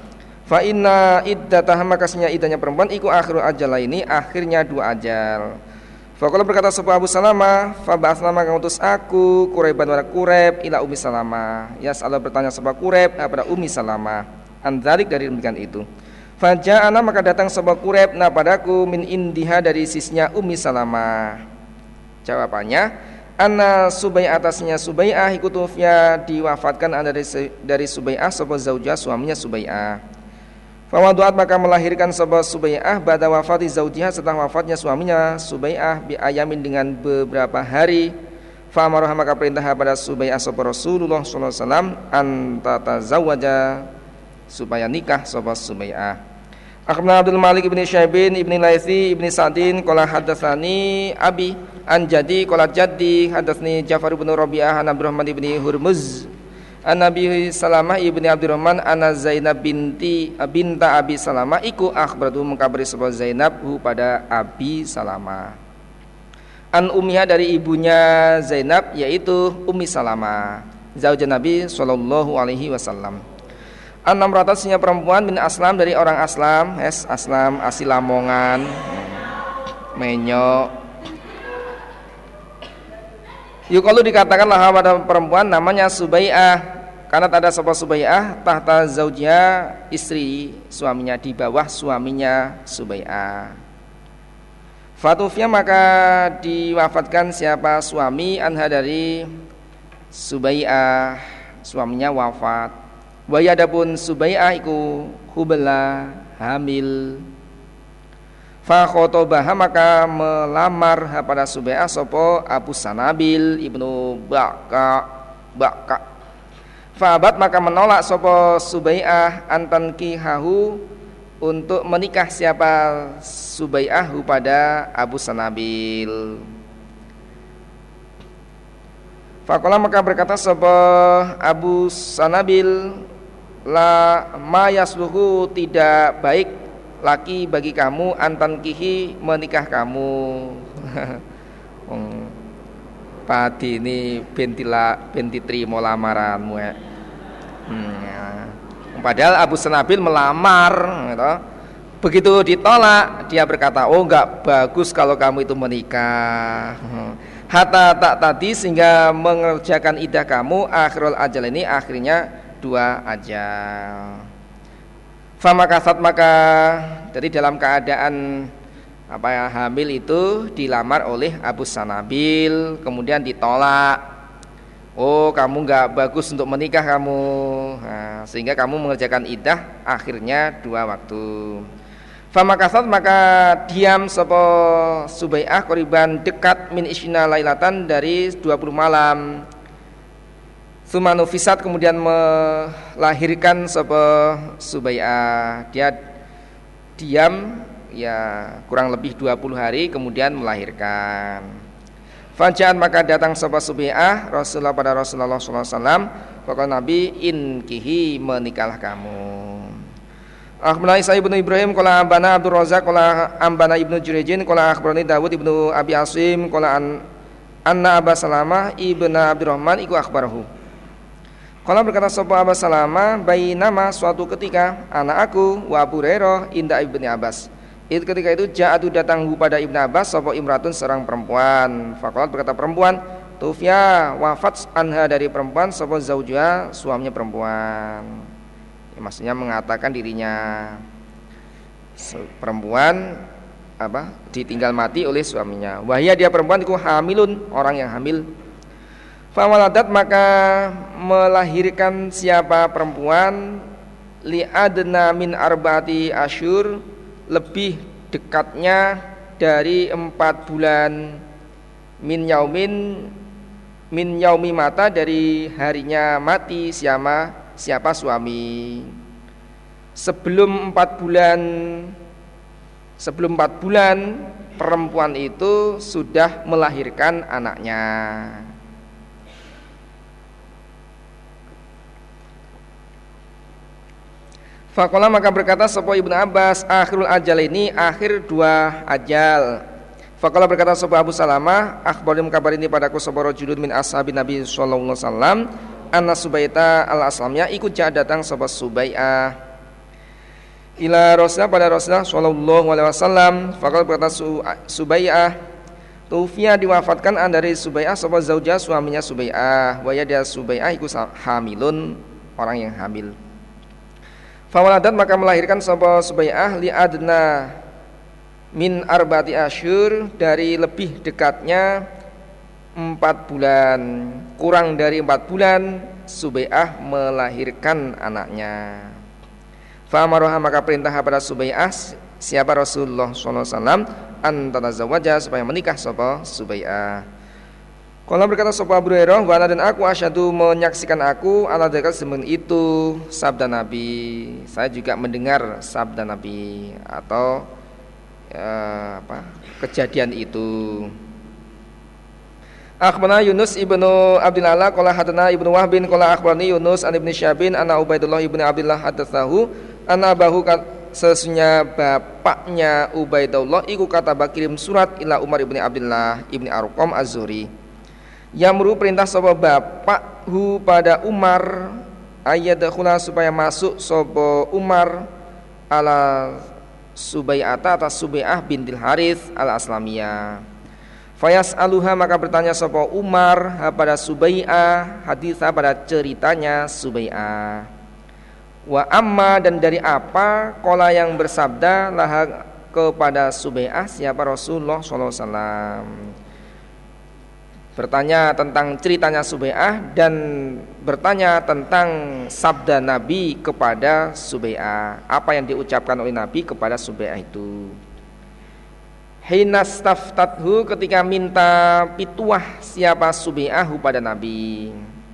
Fa inna iddatah makasnya idahnya perempuan iku akhirul ajal ini akhirnya dua ajal. Faqala berkata sapa Abu Salamah, fa ba'atsna maka ngutus aku Quraiban wa Quraib ila Ummi Salamah. Ya Allah bertanya sapa Quraib kepada Ummi Salamah. Andzalik dari demikian itu. Faja'ana maka datang sapa Quraib na padaku min indiha dari sisnya Ummi Salamah. Jawabannya, anna Subai'ah atasnya Subai'ah ikutufnya diwafatkan dari dari Subai'ah sapa zaujah suaminya Subai'ah. Fawadu'at maka melahirkan sapa Subai'ah ba'da wafati zaujiha setelah wafatnya suaminya Subai'ah bi ayamin dengan beberapa hari. Fa amarah maka perintah pada Subai'ah sapa Rasulullah sallallahu alaihi wasallam an tatazawwaja supaya nikah sapa Subai'ah. Akhbarana Abdul Malik ibn Syaibin ibn Laitsi ibn Sa'din qala hadatsani abi an jadi qala jaddi hadatsani Ja'far ibn Rabi'ah an Abdurrahman ibn Hurmuz an Nabi Salamah ibni Abdurrahman ana Zainab binti binta Abi Salamah iku akhbaratu mengkabari sapa Zainab hu pada Abi Salamah an ummiha dari ibunya Zainab yaitu Ummi Salamah zauja Nabi sallallahu alaihi wasallam. An amratasnya perempuan bin Aslam dari orang Aslam, es Aslam asli Lamongan, Menyo. Yuk kalau dikatakanlah pada perempuan namanya Subai'ah karena tak ada sapa Subai'ah tahta zaujnya istri suaminya di bawah suaminya Subai'ah. Fatufnya maka diwafatkan siapa suami anha dari Subai'ah suaminya wafat. Wa yadapun Subai'ah iku hubla hamil. Fa khotobaha maka melamar pada Subai'ah sapa Abu Sanabil ibnu Baka Baka. Fa abat maka menolak sapa Subai'ah antan kihahu untuk menikah siapa Subai'ah pada Abu Sanabil. Faqala maka berkata sapa Abu Sanabil la ma yasluhu tidak baik laki bagi kamu antan kihi menikah kamu. Wong padi ini bentila benti trimo lamaranmu ya. Hmm, ya. Padahal Abu Sanabil melamar gitu. Begitu ditolak dia berkata, "Oh enggak bagus kalau kamu itu menikah." Hatta tak tadi sehingga mengerjakan idah kamu akhirul ajal ini akhirnya dua ajal. Famakasat maka dari dalam keadaan apa ya hamil itu dilamar oleh Abu Sanabil kemudian ditolak. Oh kamu nggak bagus untuk menikah kamu, nah, sehingga kamu mengerjakan idah akhirnya dua waktu. Famakasat maka diam sapa Subai'ah qoriban dekat min isyna lailatan dari dua puluh malam. Sumanufisat kemudian melahirkan sapa Subai'ah. Dia diam ya kurang lebih dua puluh hari kemudian melahirkan. Faja'an maka datang sapa Subai'ah Rasulullah pada Rasulullah sallallahu alaihi wasallam faqala Nabi inkihi menikahlah kamu. Akhbarani Isa ibnu Ibrahim qala ambana Abdul Razzaq qala ambana Ibnu Jurayjin qala akhbarani Dawud ibnu Abi Asim qala an anna Aba Salamah ibnu Abdurrahman iku akhbarahu. Qala berkata sapa Aba Salamah bainama suatu ketika anak aku wa Abu Hurairah inda Ibnu Abbas. Itu ketika itu ja'atu datang pada Ibnu Abbas sapa imratun seorang perempuan. Faqalat berkata perempuan, "Tufya wafat anha dari perempuan sapa zaujuha suaminya perempuan." Ya, maksudnya mengatakan dirinya perempuan apa ditinggal mati oleh suaminya. Wahia dia perempuan itu hamilun orang yang hamil. Fawaladat maka melahirkan siapa perempuan li adna min arbaati asyur lebih dekatnya dari empat bulan min yaumin min yaumi mata dari harinya mati siapa siapa suami. Sebelum empat bulan sebelum empat bulan perempuan itu sudah melahirkan anaknya. Faqala maka berkata sapa Ibnu Abbas akhirul ajal ini akhir dua ajal. Faqala berkata sapa Abu Salamah akhbarim kabar ini padaku sapa rajulun min ashabin Nabi sallallahu alaihi wasallam anna Subai'ah al-Aslamiyah ikut datang sapa Subai'ah. ila Rasulullah pada Rasulullah sallallahu alaihi wasallam. Faqala berkata Subai'ah, tufiya diwafatkan an dari Subai'ah sapa zaujah suaminya Subai'ah, wa ya dia Subai'ah iku hamilun, orang yang hamil. Fawaladat maka melahirkan sapa Subai'ah li adna min arba'ati asyur, dari lebih dekatnya empat bulan, kurang dari empat bulan Subai'ah melahirkan anaknya. Fa'amaroha maka perintah pada Subai'ah siapa Rasulullah sallallahu alaihi wasallam an tatazawwaja supaya menikah sapa Subai'ah. Kalau berkata sapa Abu Hurairah, wa dan aku asyhadu menyaksikan aku ala dzalika semen itu sabda Nabi. Saya juga mendengar sabda Nabi atau ya, apa kejadian itu. Akhbarana Yunus ibnu Abdillah qala hadana ibnu Wahbin qala akhbarani Yunus an ibni Syabin anna Ubaidullah ibnu Abdillah hadatsahu anna bahu sesungguhnya bapaknya Ubaidullah iku kata kirim surat ila Umar ibni Abdillah ibni Arqam Az-Zuhri. Yamru perintah sapa bapakhu pada Umar ayyadkhula supaya masuk sapa Umar ala Subai'ata atas Subai'ah bintil Harits al-Aslamiyah. Fayas aluha maka bertanya sapa Umar pada Subai'ah haditha pada ceritanya Subai'ah. Wa amma dan dari apa qala yang bersabda laha kepada Subai'ah siapa Rasulullah sallallahu alaihi wasallam. Bertanya tentang ceritanya Subai'ah dan bertanya tentang sabda Nabi kepada Subai'ah. Apa yang diucapkan oleh Nabi kepada Subai'ah itu. Hinastaftathu ketika minta pituah siapa Subai'ah pada Nabi.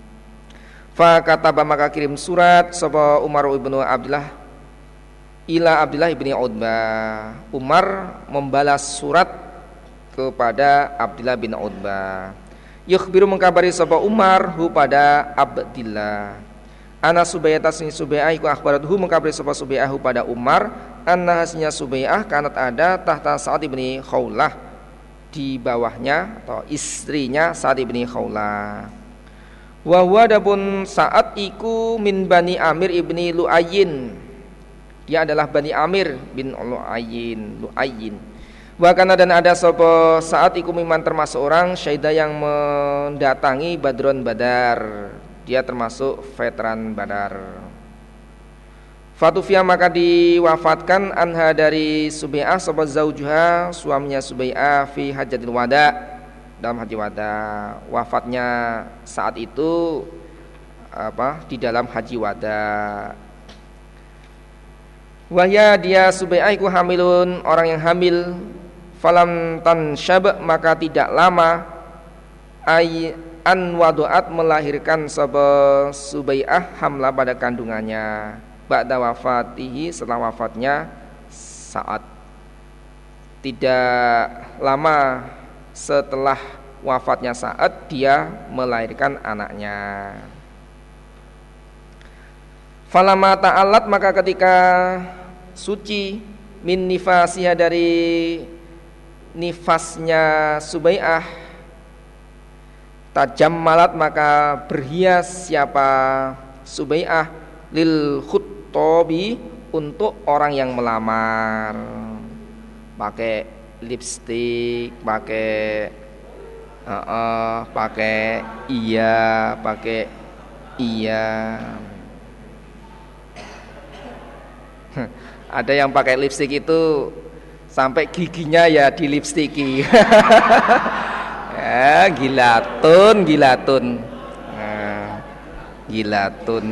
Fa kataba maka kirim surat sapa Umar ibnu Abdullah ila Abdullah ibni Utbah. Umar membalas surat kepada Abdullah bin Utbah. Yukhbiru mengkabari sapa Umar hu pada Abdillah. Ana Subai'ah tasni Subai'ah iku akhbarathu mengkabari sapa Subai'ah hu pada Umar anna hasnya Subai'ah kanat ada tahta Sa'ad ibni Khawlah, di bawahnya atau istrinya Sa'ad ibni Khawlah. Wa huwa adapun Sa'ad iku min Bani Amir ibni Lu'ayyin. Dia adalah Bani Amir bin Lu'ayyin, Lu'ayyin. Wa kana dan ada sapa Sa'ad iku miman termasuk orang syahida yang mendatangi Badron Badar. Dia termasuk veteran Badar. Fatufia maka diwafatkan anha dari Subai'ah sapa zaujuha suaminya Subai'ah fi hajjatil wada, dalam haji wada. Wafatnya saat itu apa di dalam haji wada. Wahya dia Subai'ah iku hamilun, orang yang hamil. Falam tanshab maka tidak lama ay an wadu'at melahirkan sapa Subai'ah hamla pada kandungannya. Ba'da wafatihi setelah wafatnya saat. Tidak lama setelah wafatnya saat dia melahirkan anaknya. Falama ta'alat maka ketika suci min nifasiha dari nifasnya Subai'ah, tajammalat maka berhias siapa Subai'ah lil khuttabi untuk orang yang melamar, pakai lipstik, pakai uh, uh, pakai iya, pakai iya. Ada yang pakai lipstik itu sampai giginya ya di lipstiki. Ya, gilatun, gilatun. Nah, gilatun.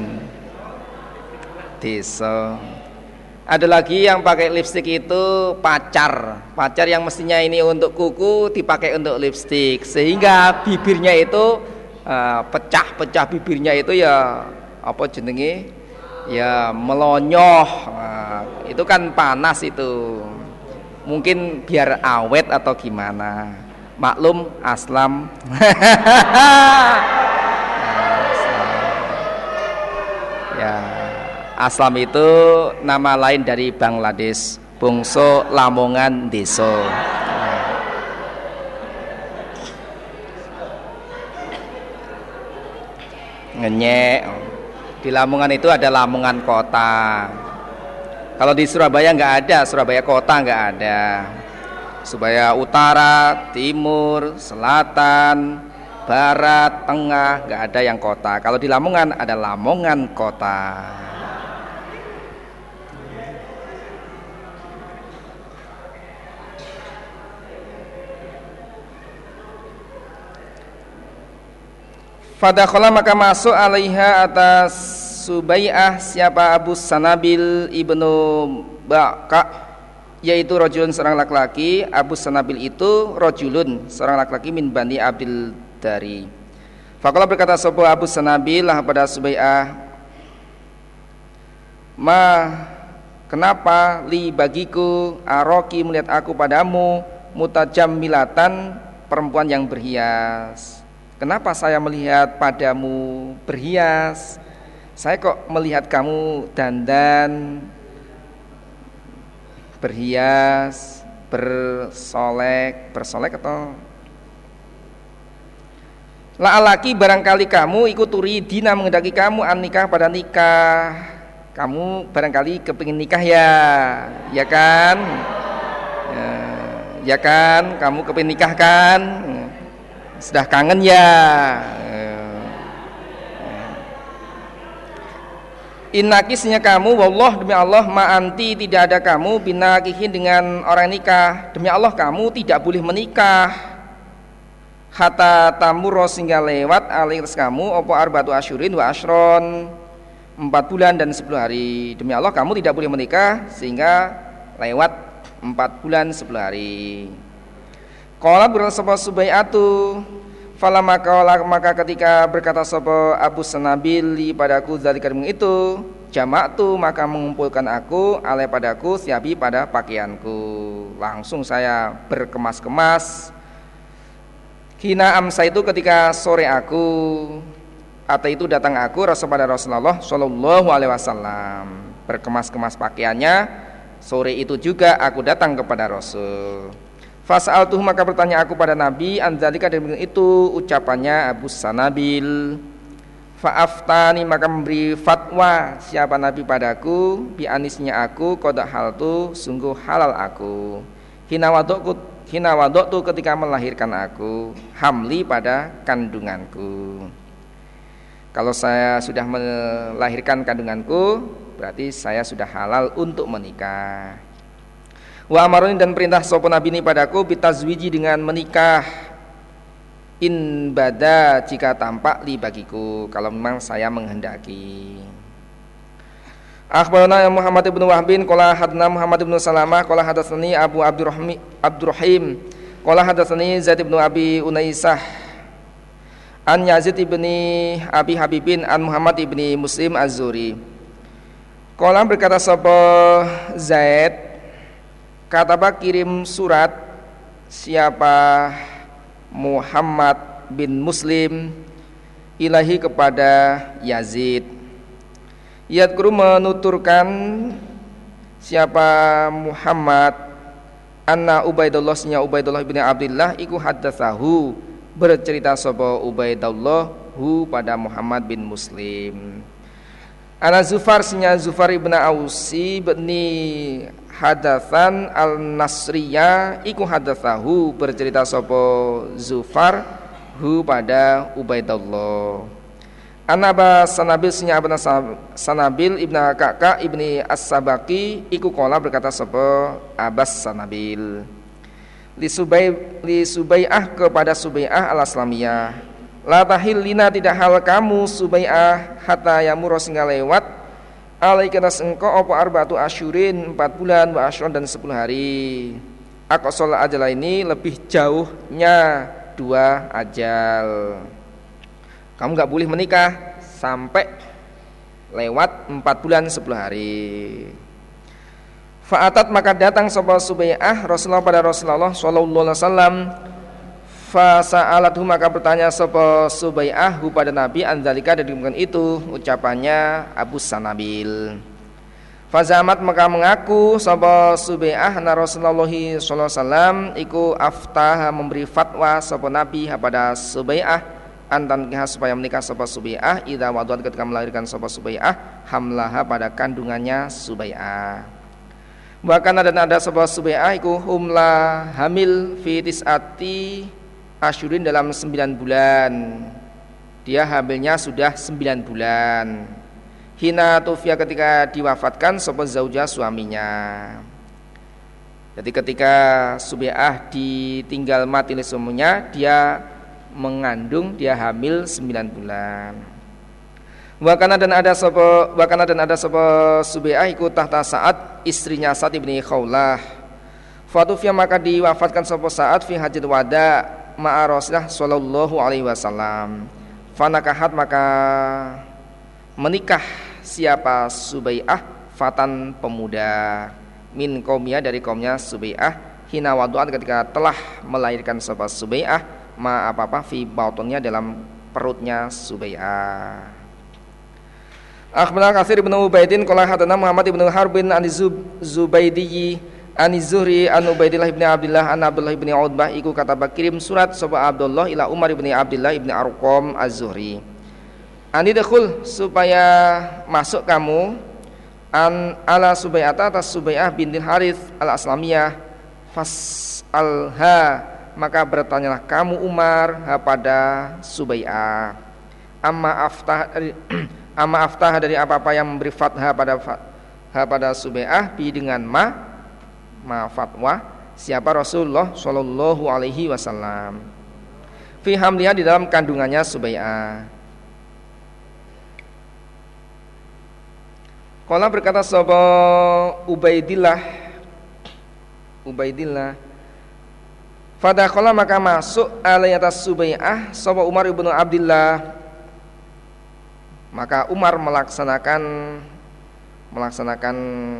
Desa. Ada lagi yang pakai lipstik itu pacar. Pacar yang mestinya ini untuk kuku dipakai untuk lipstik, sehingga bibirnya itu uh, pecah-pecah bibirnya itu ya apa jenenge? Ya melonyoh. Nah, itu kan panas itu. Mungkin biar awet atau gimana. Maklum aslam. Ya, aslam itu nama lain dari Bangladesh, bangsa Lamongan desa. Ngenyek. Di Lamongan itu ada Lamongan kota. Kalau di Surabaya nggak ada, Surabaya kota nggak ada. Surabaya utara, timur, selatan, barat, tengah, nggak ada yang kota. Kalau di Lamongan ada Lamongan kota. Fadakhala maka masuk alaiha atas Subai'ah siapa Abu Sanabil ibnu Baka, yaitu rojulun seorang laki-laki. Abu Sanabil itu rojulun seorang laki-laki min Bani Abdul Dari. Faqala berkata sapa Abu Sanabil lah pada Subai'ah, ma kenapa li bagiku aroki melihat aku padamu mutajammilatan perempuan yang berhias. Kenapa saya melihat padamu berhias? Saya kok melihat kamu dandan, berhias, bersolek, bersolek atau la'alaki barangkali kamu ikut turi dina mengendaki kamu an nikah pada nikah. Kamu barangkali kepingin nikah ya, ya kan? Ya, ya kan? Kamu kepingin nikah kan? Sudah kangen ya. Innakisnya kamu, wallah demi Allah, ma'anti tidak ada kamu binakihin dengan orang nikah. Demi Allah kamu tidak boleh menikah hatta tamurro sehingga lewat alirs kamu opo arbatu asyurin wa asyron, empat bulan dan sepuluh hari. Demi Allah kamu tidak boleh menikah sehingga lewat empat bulan sepuluh hari. Qala berkata sapa Subai'atu, fala maka maka ketika berkata sapa Abu Sanabil padaku zalika itu, jama'tu maka mengumpulkan aku alai padaku siabi pada pakaianku. Langsung saya berkemas-kemas. Hina amsa itu ketika sore aku, atau itu datang aku Rasul pada Rasulullah Shallallahu Alaihi Wasallam berkemas-kemas pakaiannya. Sore itu juga aku datang kepada Rasul. Fas'altuh maka bertanya aku pada Nabi anzalika dari itu ucapannya Abu Sanabil. Fa'aftani maka memberi fatwa siapa Nabi padaku bi anisnya aku qad haltu sungguh halal aku. Hina wadokku hina wadoktu ketika melahirkan aku hamli pada kandunganku. Kalau saya sudah melahirkan kandunganku berarti saya sudah halal untuk menikah. Wa amaroni dan perintah sapa nabi ini padaku bitazwiji dengan menikah in bada jika tampak li bagiku kalau memang saya menghendaki. Akhbarana Muhammad ibn Wahbin qala hadna Muhammad ibn Salamah qala hadatsani Abu Abdurrahim Abdurrahim qala hadatsani Zaid ibn Abi Unaisah an Yazid ibni Abi Habibin an Muhammad ibni Muslim Az-Zuri. Qala berkata sapa Zaid, kataba kirim surat siapa Muhammad bin Muslim ilahi kepada Yazid. Yadkuru menuturkan siapa Muhammad anna Ubaidullah sinya Ubaidullah bin Abdullah iku haddatsahu bercerita sapa Ubaidullah hu pada Muhammad bin Muslim. Ana Zufar sinya Zufar ibn Ausi bni Hadatsan al-Nasriyah iku hadatsahu bercerita sapa Zufar hu pada Ubaidullah. Anaba Sanabil sinya Abna Sanabil ibn Kakak ibni As-Sabaki iku qala berkata sapa Abbas Sanabil li Subay li Subai'ah kepada Subai'ah al-Aslamiyah, la tahillina tidak hal kamu Subai'ah hatta yamur sehingga lewat alaika engkau apa arba'atu asyurin empat bulan wa asyron dan sepuluh hari. Aqsal ajal ini lebih jauhnya dua ajal. Kamu enggak boleh menikah sampai lewat empat bulan sepuluh hari. Fa'atat maka datang sapa Subai'ah Rasulullah pada Rasulullah sallallahu alaihi wasallam. Fa sa'alathu maka bertanya sapa Subai'ah pada Nabi anzalika dari itu ucapannya Abu Sanabil. Fazamat maka mengaku sapa Subai'ah na Rasulullah sallallahu alaihi wasallam iku aftah memberi fatwa sapa Nabi pada Subai'ah antan supaya menikah sapa Subai'ah idza waduat ketika melahirkan sapa Subai'ah hamlaha pada kandungannya Subai'ah. Bahkan ada ada sebuah Subai'ah iku humla hamil fi tis'ati asyurin dalam sembilan bulan. Dia hamilnya sudah sembilan bulan. Hina tufia ketika diwafatkan sapa zauja suaminya. Jadi ketika Subai'ah ditinggal mati oleh suaminya, dia mengandung, dia hamil sembilan bulan. Wakana dan ada sapa wakana dan ada sapa Subai'ah iku tahta Sa'ad istrinya Sa'ad ibni Khawlah. Fatufia maka diwafatkan sapa Sa'ad fi hajjatul wada ma'a Rasulullah sallallahu alaihi wasallam. Fanakahat maka menikah siapa Subai'ah fatan pemuda min qaumiyah dari kaumnya Subai'ah hina wadu'at ketika telah melahirkan sapa Subai'ah ma apa-apa fi bautunnya dalam perutnya Subai'ah. Akhbarana Katsir ibn Ubaidin qala hadatsana Muhammad ibn Harbin an Zubaidi an Zuhri an Ubaidillah ibn Abdullah an Abdullah ibn Utbah iku kata kirim surat sapa Abdullah ila Umar ibn Abdullah ibn Arqam Az-Zuhri. Andi dakhul supaya masuk kamu an ala Subai'ata atas Subai'ah bintil Harits al-Aslamiyah fas'alha maka bertanyalah kamu Umar pada Subai'ah amma aftah amma aftah dari apa-apa yang memberi fathah pada ha pada Subai'ah bi dengan ma ma fatwa siapa Rasulullah sallallahu alaihi wasallam fi hamliha di dalam kandungannya Subai'ah. Qala berkata sapa Ubaidillah Ubaidillah fadakhala maka masuk alayat Subai'ah sapa Umar ibnu Abdullah. Maka Umar melaksanakan melaksanakan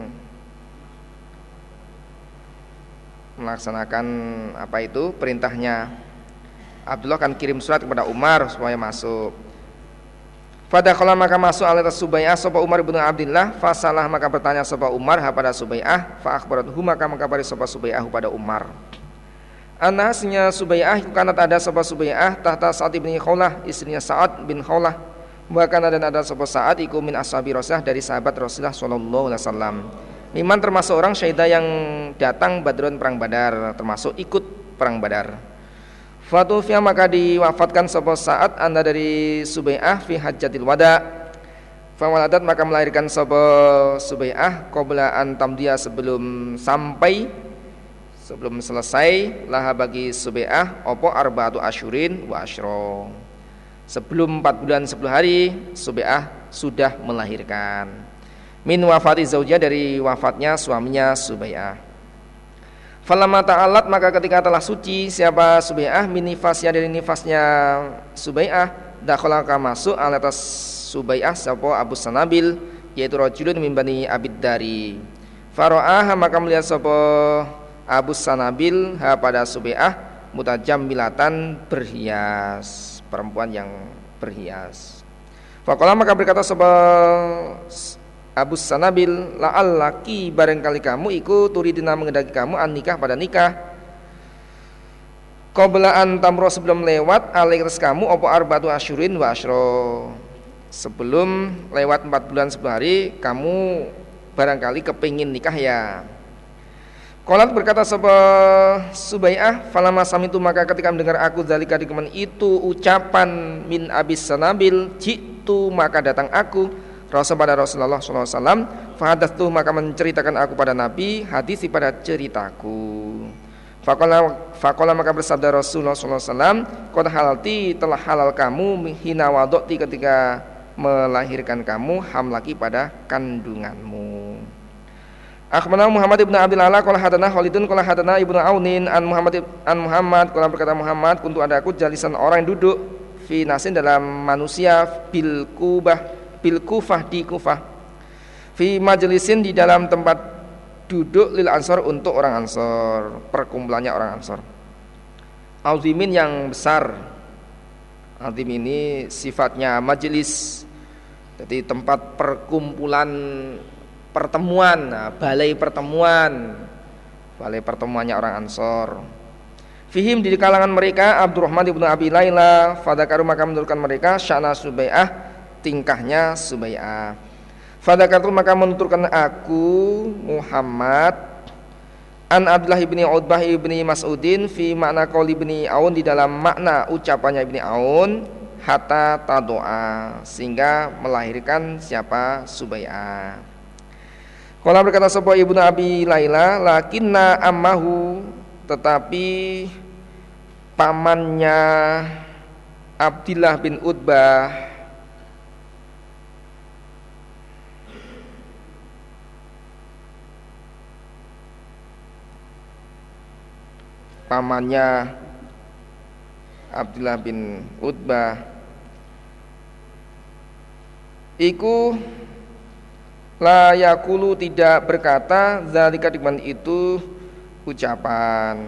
melaksanakan apa itu perintahnya. Abdullah kan kirim surat kepada Umar supaya masuk. Fadakhala maka masuk alayat Subai'ah sapa Umar ibnu Abdullah fasalah maka bertanya sapa Umar pada Subai'ah fa akhbarathu maka mengkabari sapa Subai'ah pada Umar. Anasnya Subai'ah kanat ada sapa Subai'ah tahta Sa'ad bin Khawlah istrinya Sa'ad bin Khawlah. Bahkan ada ada sapa Sa'ad iku min ashabi Rasulullah dari sahabat Rasulullah sallallahu alaihi wasallam. Miman termasuk orang syahidah yang datang Badrun perang Badar, termasuk ikut perang Badar. Fatufia maka diwafatkan sapa Sa'ad anda dari Subai'ah fi hajjatil wada. Fawaladat maka melahirkan sapa Subai'ah qabla an tamdiya sebelum sampai sebelum selesai laha bagi Subai'ah opo arba'atu asyurin wa asyra. Sebelum empat bulan sepuluh hari Subai'ah sudah melahirkan. Min wafati zaujah dari wafatnya suaminya Subai'ah. Falamma ta'alat maka ketika telah suci siapa Subai'ah min nifasnya dari nifasnya Subai'ah dakhala ka masuk alatas Subai'ah sapa Abu Sanabil yaitu rajulun min bani Abid Dari. Fara'aha maka melihat sapa Abu Sanabil ha pada Subai'ah mutajammilatan berhias, perempuan yang berhias. Faqala maka berkata sapa Abu Sanabil la'allaki barangkali kamu iku turidina mengendaki kamu an nikah pada nikah qabla an tamro sebelum lewat alaikas kamu apa arba'atu asyurin wa asyra sebelum lewat empat bulan sepuluh hari kamu barangkali kepingin nikah ya. Qalat berkata sapa Subai'ah falamma samitu maka ketika mendengar aku zalika dikemen itu ucapan min Abis Sanabil jitu maka datang aku Rasul pada Rasulullah sallallahu alaihi wasallam fahadatsu maka menceritakan aku pada Nabi hadis pada ceritaku. Faqala faqala maka bersabda Rasulullah sallallahu alaihi wasallam qad halalti telah halal kamu hina wadoti ketika melahirkan kamu hamlaki pada kandunganmu. Akhbarana Muhammad ibn Abdul Ala qala hadana Khalidun qala hadana Ibnu Aunin an Muhammad an Muhammad qala berkata Muhammad kuntu ada aku jalisan orang yang duduk fi nasin dalam manusia bil Kubah bil Kufah di Kufah fi majlisin di dalam tempat duduk lil Ansor untuk orang Ansor, perkumpulannya orang Ansor. Azimin yang besar. Azim ini sifatnya majelis. Jadi tempat perkumpulan pertemuan, nah, balai pertemuan, balai pertemuannya orang Ansor. Fihim di kalangan mereka Abdurrahman ibnu Abi Laila, fadakaru maka menurutkan mereka sya'na Subai'ah, tingkahnya Subai'ah. Fadzakartu maka menuturkan aku Muhammad an Abdullah ibni Utbah ibni Mas'udin fi makna qauli ibni Aun, di dalam makna ucapannya ibni Aun, hatta tadoa, sehingga melahirkan siapa? Subai'ah. Qala berkata sapa Ibnu Abi Laila, lakinna ammahu, tetapi pamannya Abdullah bin Utbah pamannya Abdullah bin Utbah iku la yakulu, tidak berkata zalika dengan itu ucapan.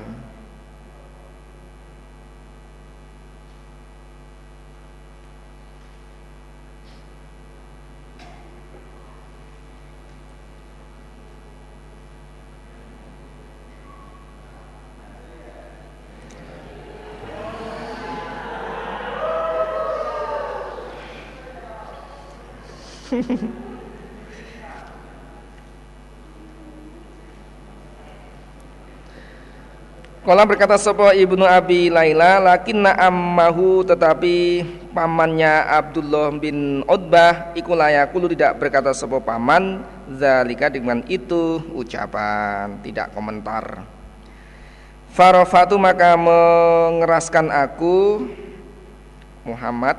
Kala berkata sapa Ibnu Abi Laila, lakinna ammahu, tetapi pamannya Abdullah bin Utbah iku layakulu, tidak berkata sapa paman zalika dengan itu ucapan, tidak komentar. Farafatu maka mengeraskan aku Muhammad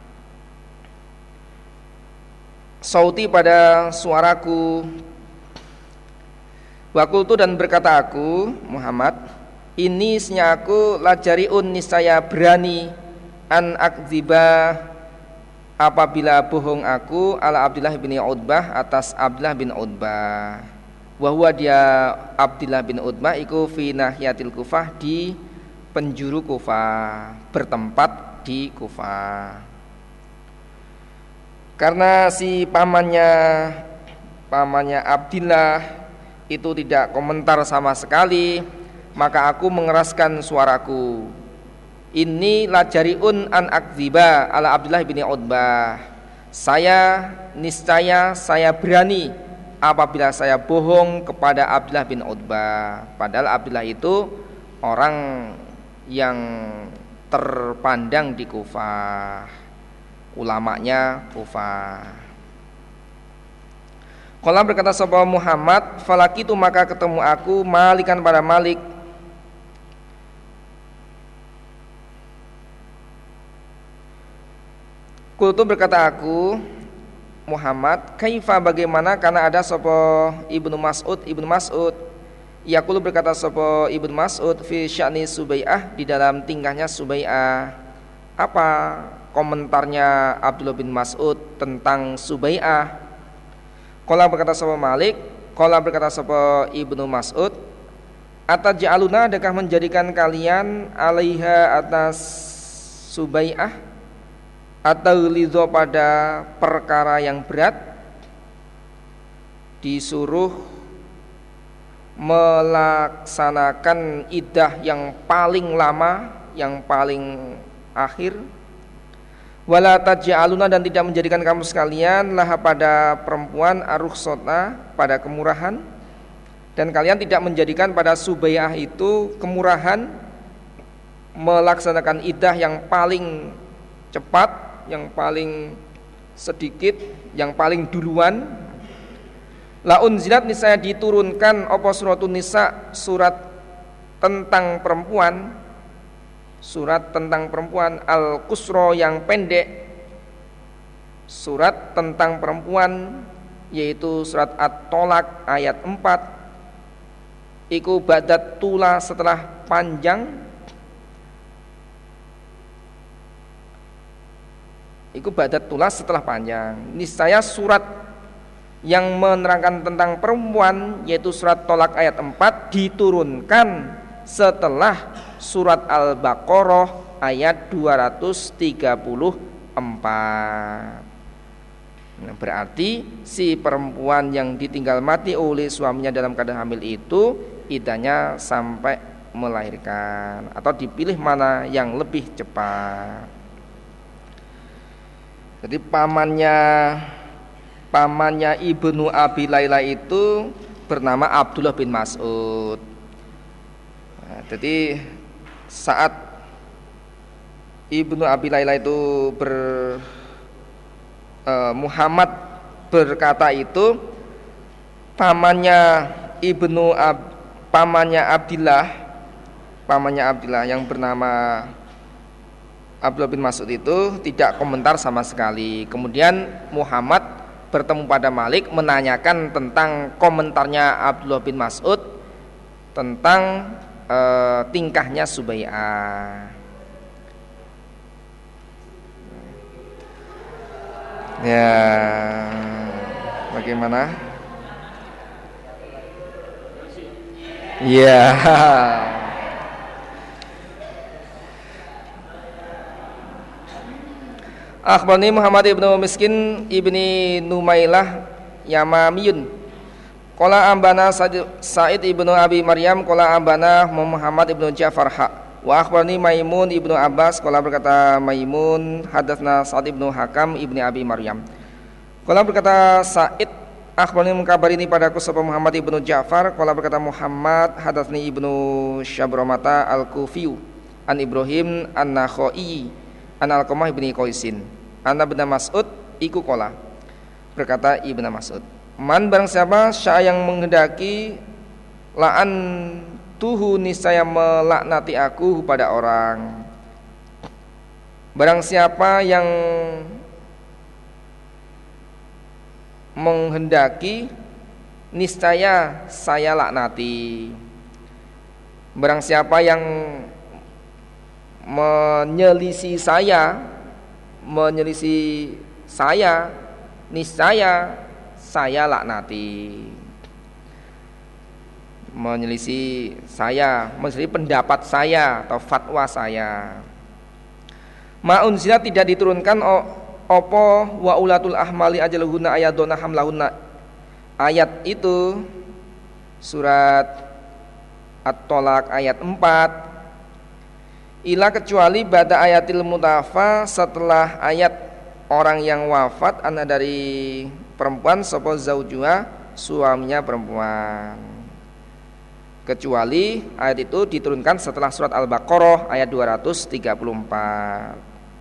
sauti pada suaraku, wakultu dan berkata aku Muhammad, ini sesungguhnya aku lajariun, niscaya berani, an akdziba apabila bohong aku, ala Abdullah bin Utbah, atas Abdullah bin Utbah, wahwa dia Abdullah bin Utbah iku fi nahiyatil Kufah, di penjuru Kufah, bertempat di Kufah. Karena si pamannya pamannya Abdillah itu tidak komentar sama sekali, maka aku mengeraskan suaraku. Ini lajariun an akdziba ala Abdullah bin Utbah. Saya niscaya saya berani apabila saya bohong kepada Abdullah bin Utbah. Padahal Abdullah itu orang yang terpandang di Kufah, ulamanya Kufah. Qala berkata sapa Muhammad, falakitu maka ketemu aku Malikan pada Malik, kultu berkata aku Muhammad, kaifa bagaimana, karena ada sapa Ibnu Mas'ud Ibnu Mas'ud yaqulu berkata sapa Ibnu Mas'ud fi sya'ni Subai'ah, di dalam tingkahnya Subai'ah. Apa komentarnya Abdullah bin Mas'ud tentang Subai'ah? Qala berkata sapa Malik, qala berkata sapa Ibnu Mas'ud, ataj'aluna, adakah menjadikan kalian alaiha atas Subai'ah, atau lidho pada perkara yang berat, disuruh melaksanakan iddah yang paling lama, yang paling akhir. Wala taj'aluna, dan tidak menjadikan kamu sekalian laha pada perempuan arukhsata, pada kemurahan, dan kalian tidak menjadikan pada Subai'ah itu kemurahan, melaksanakan iddah yang paling cepat, yang paling sedikit, yang paling duluan. La unzilat, niscaya diturunkan apa suratun nisa, surat tentang perempuan, surat tentang perempuan, al-qusra yang pendek, surat tentang perempuan, yaitu surat At-Tolak ayat empat. Iku ba'dat tula, setelah panjang. Iku ba'dat tula, setelah panjang. Niscaya surat yang menerangkan tentang perempuan, yaitu surat Tolak ayat empat, diturunkan setelah surat Al-Baqarah ayat dua ratus tiga puluh empat. Nah, berarti si perempuan yang ditinggal mati oleh suaminya dalam keadaan hamil itu iddahnya sampai melahirkan, atau dipilih mana yang lebih cepat. Jadi pamannya pamannya Ibnu Abi Laila itu bernama Abdullah bin Mas'ud. Nah, jadi saat Ibnu Abi Laila itu ber eh, Muhammad berkata itu, pamannya Ibnu Ab, pamannya Abdillah, pamannya Abdillah yang bernama Abdullah bin Mas'ud itu tidak komentar sama sekali. Kemudian Muhammad bertemu pada Malik menanyakan tentang komentarnya Abdullah bin Mas'ud tentang e, tingkahnya Subai'ah. Ya, bagaimana? Ya. Akhbarani Muhammad ibnu Miskin ibni Numailah Yamamiyun. Qala ambana Sa'id ibnu Abi Maryam qala ambana Muhammad ibnu Ja'far ha. Wa akhbarani Maimun ibnu Abbas qala berkata Maimun hadatsna Sa'id ibnu Hakam ibni Abi Maryam. Qala berkata Sa'id akhbarani mengkabarini padaku sapa Muhammad ibnu Ja'far qala berkata Muhammad hadatsni ibnu Syabromata al-Kufiyu an Ibrahim an-Nakhai an Alqamah ibni Qaisin anna bin Mas'ud iku kola berkata Ibnu Mas'ud, man barang siapa sya yang menghendaki la'an tuhu niscaya melaknati aku pada orang, barang siapa yang menghendaki niscaya saya laknati, barang siapa yang menyelisih saya, menyelisih saya, niscaya saya laknati. Menyelisih saya, menyelisih pendapat saya atau fatwa saya. Ma'unzila tidak diturunkan opo wa ulatul ahmali ajaluhuna ayadona hamlahuna. Ayat itu surat At-Tolak ayat empat. Ila kecuali pada ayatil mutafa setelah ayat orang yang wafat anak dari perempuan sopo zaujuha suaminya perempuan. Kecuali ayat itu diturunkan setelah surat Al-Baqarah ayat dua ratus tiga puluh empat.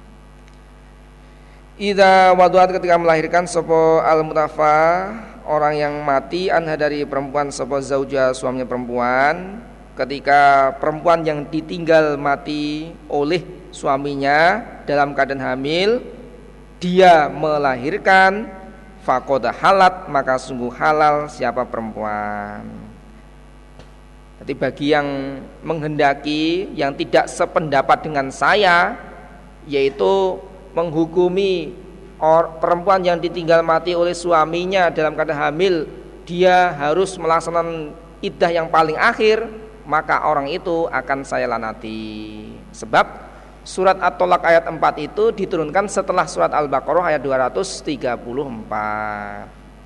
Idza waduat ketika melahirkan sopo al-mutafa orang yang mati anha dari perempuan sopo zaujuha suaminya perempuan. Ketika perempuan yang ditinggal mati oleh suaminya dalam keadaan hamil, dia melahirkan, faqad halat maka sungguh halal siapa perempuan. Jadi bagi yang menghendaki yang tidak sependapat dengan saya, yaitu menghukumi or, perempuan yang ditinggal mati oleh suaminya dalam keadaan hamil, dia harus melaksanakan iddah yang paling akhir, maka orang itu akan saya lanati. Sebab surat At-Tolak ayat empat itu diturunkan setelah surat Al-Baqarah ayat dua ratus tiga puluh empat.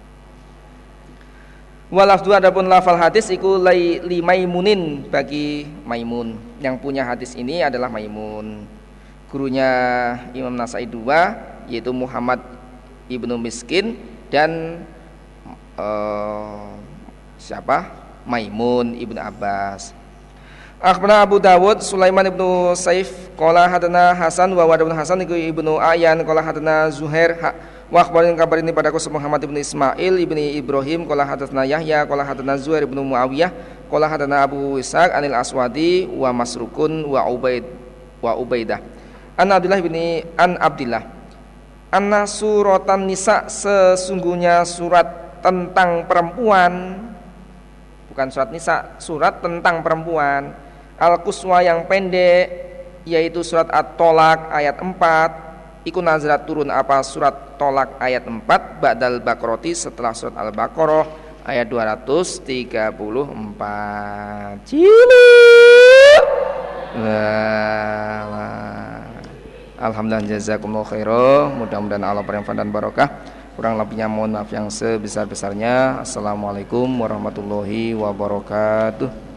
Walafdu adapun lafal hadis iku li Maimunin bagi Maimun. Yang punya hadis ini adalah Maimun. Gurunya Imam Nasai dua yaitu Muhammad ibnu Miskin dan uh, siapa? Maimun ibnu Abbas. Akhbarana Abu Dawud Sulaiman ibnu Saif qala hadana Hasan wa Wadun Hasan ibnu Ayan qala hadana Zuhair wa akhbarin kabar ini padaku Muhammad ibnu Ismail ibnu Ibrahim qala hadatsana Yahya qala hadana Zuhair ibnu Muawiyah qala hadana Abu Ishaq anil Aswadi wa Masrukun wa Ubaid wa Ubaidah an Abdullah ibni an Abdillah anna suratan nisa sesungguhnya surat tentang perempuan, bukan surat nisa, surat tentang perempuan. Al-Quswa yang pendek yaitu surat At-Tolak ayat empat. Iku nazarat turun apa surat Tolak ayat empat ba'dal Baqarati setelah surat Al-Baqarah ayat dua ratus tiga puluh empat. Cili. Alhamdulillah jazakumullah khairan. Mudah-mudahan Allah bermanfaat dan barokah. Kurang lebihnya mohon maaf yang sebesar-besarnya. Assalamualaikum warahmatullahi wabarakatuh.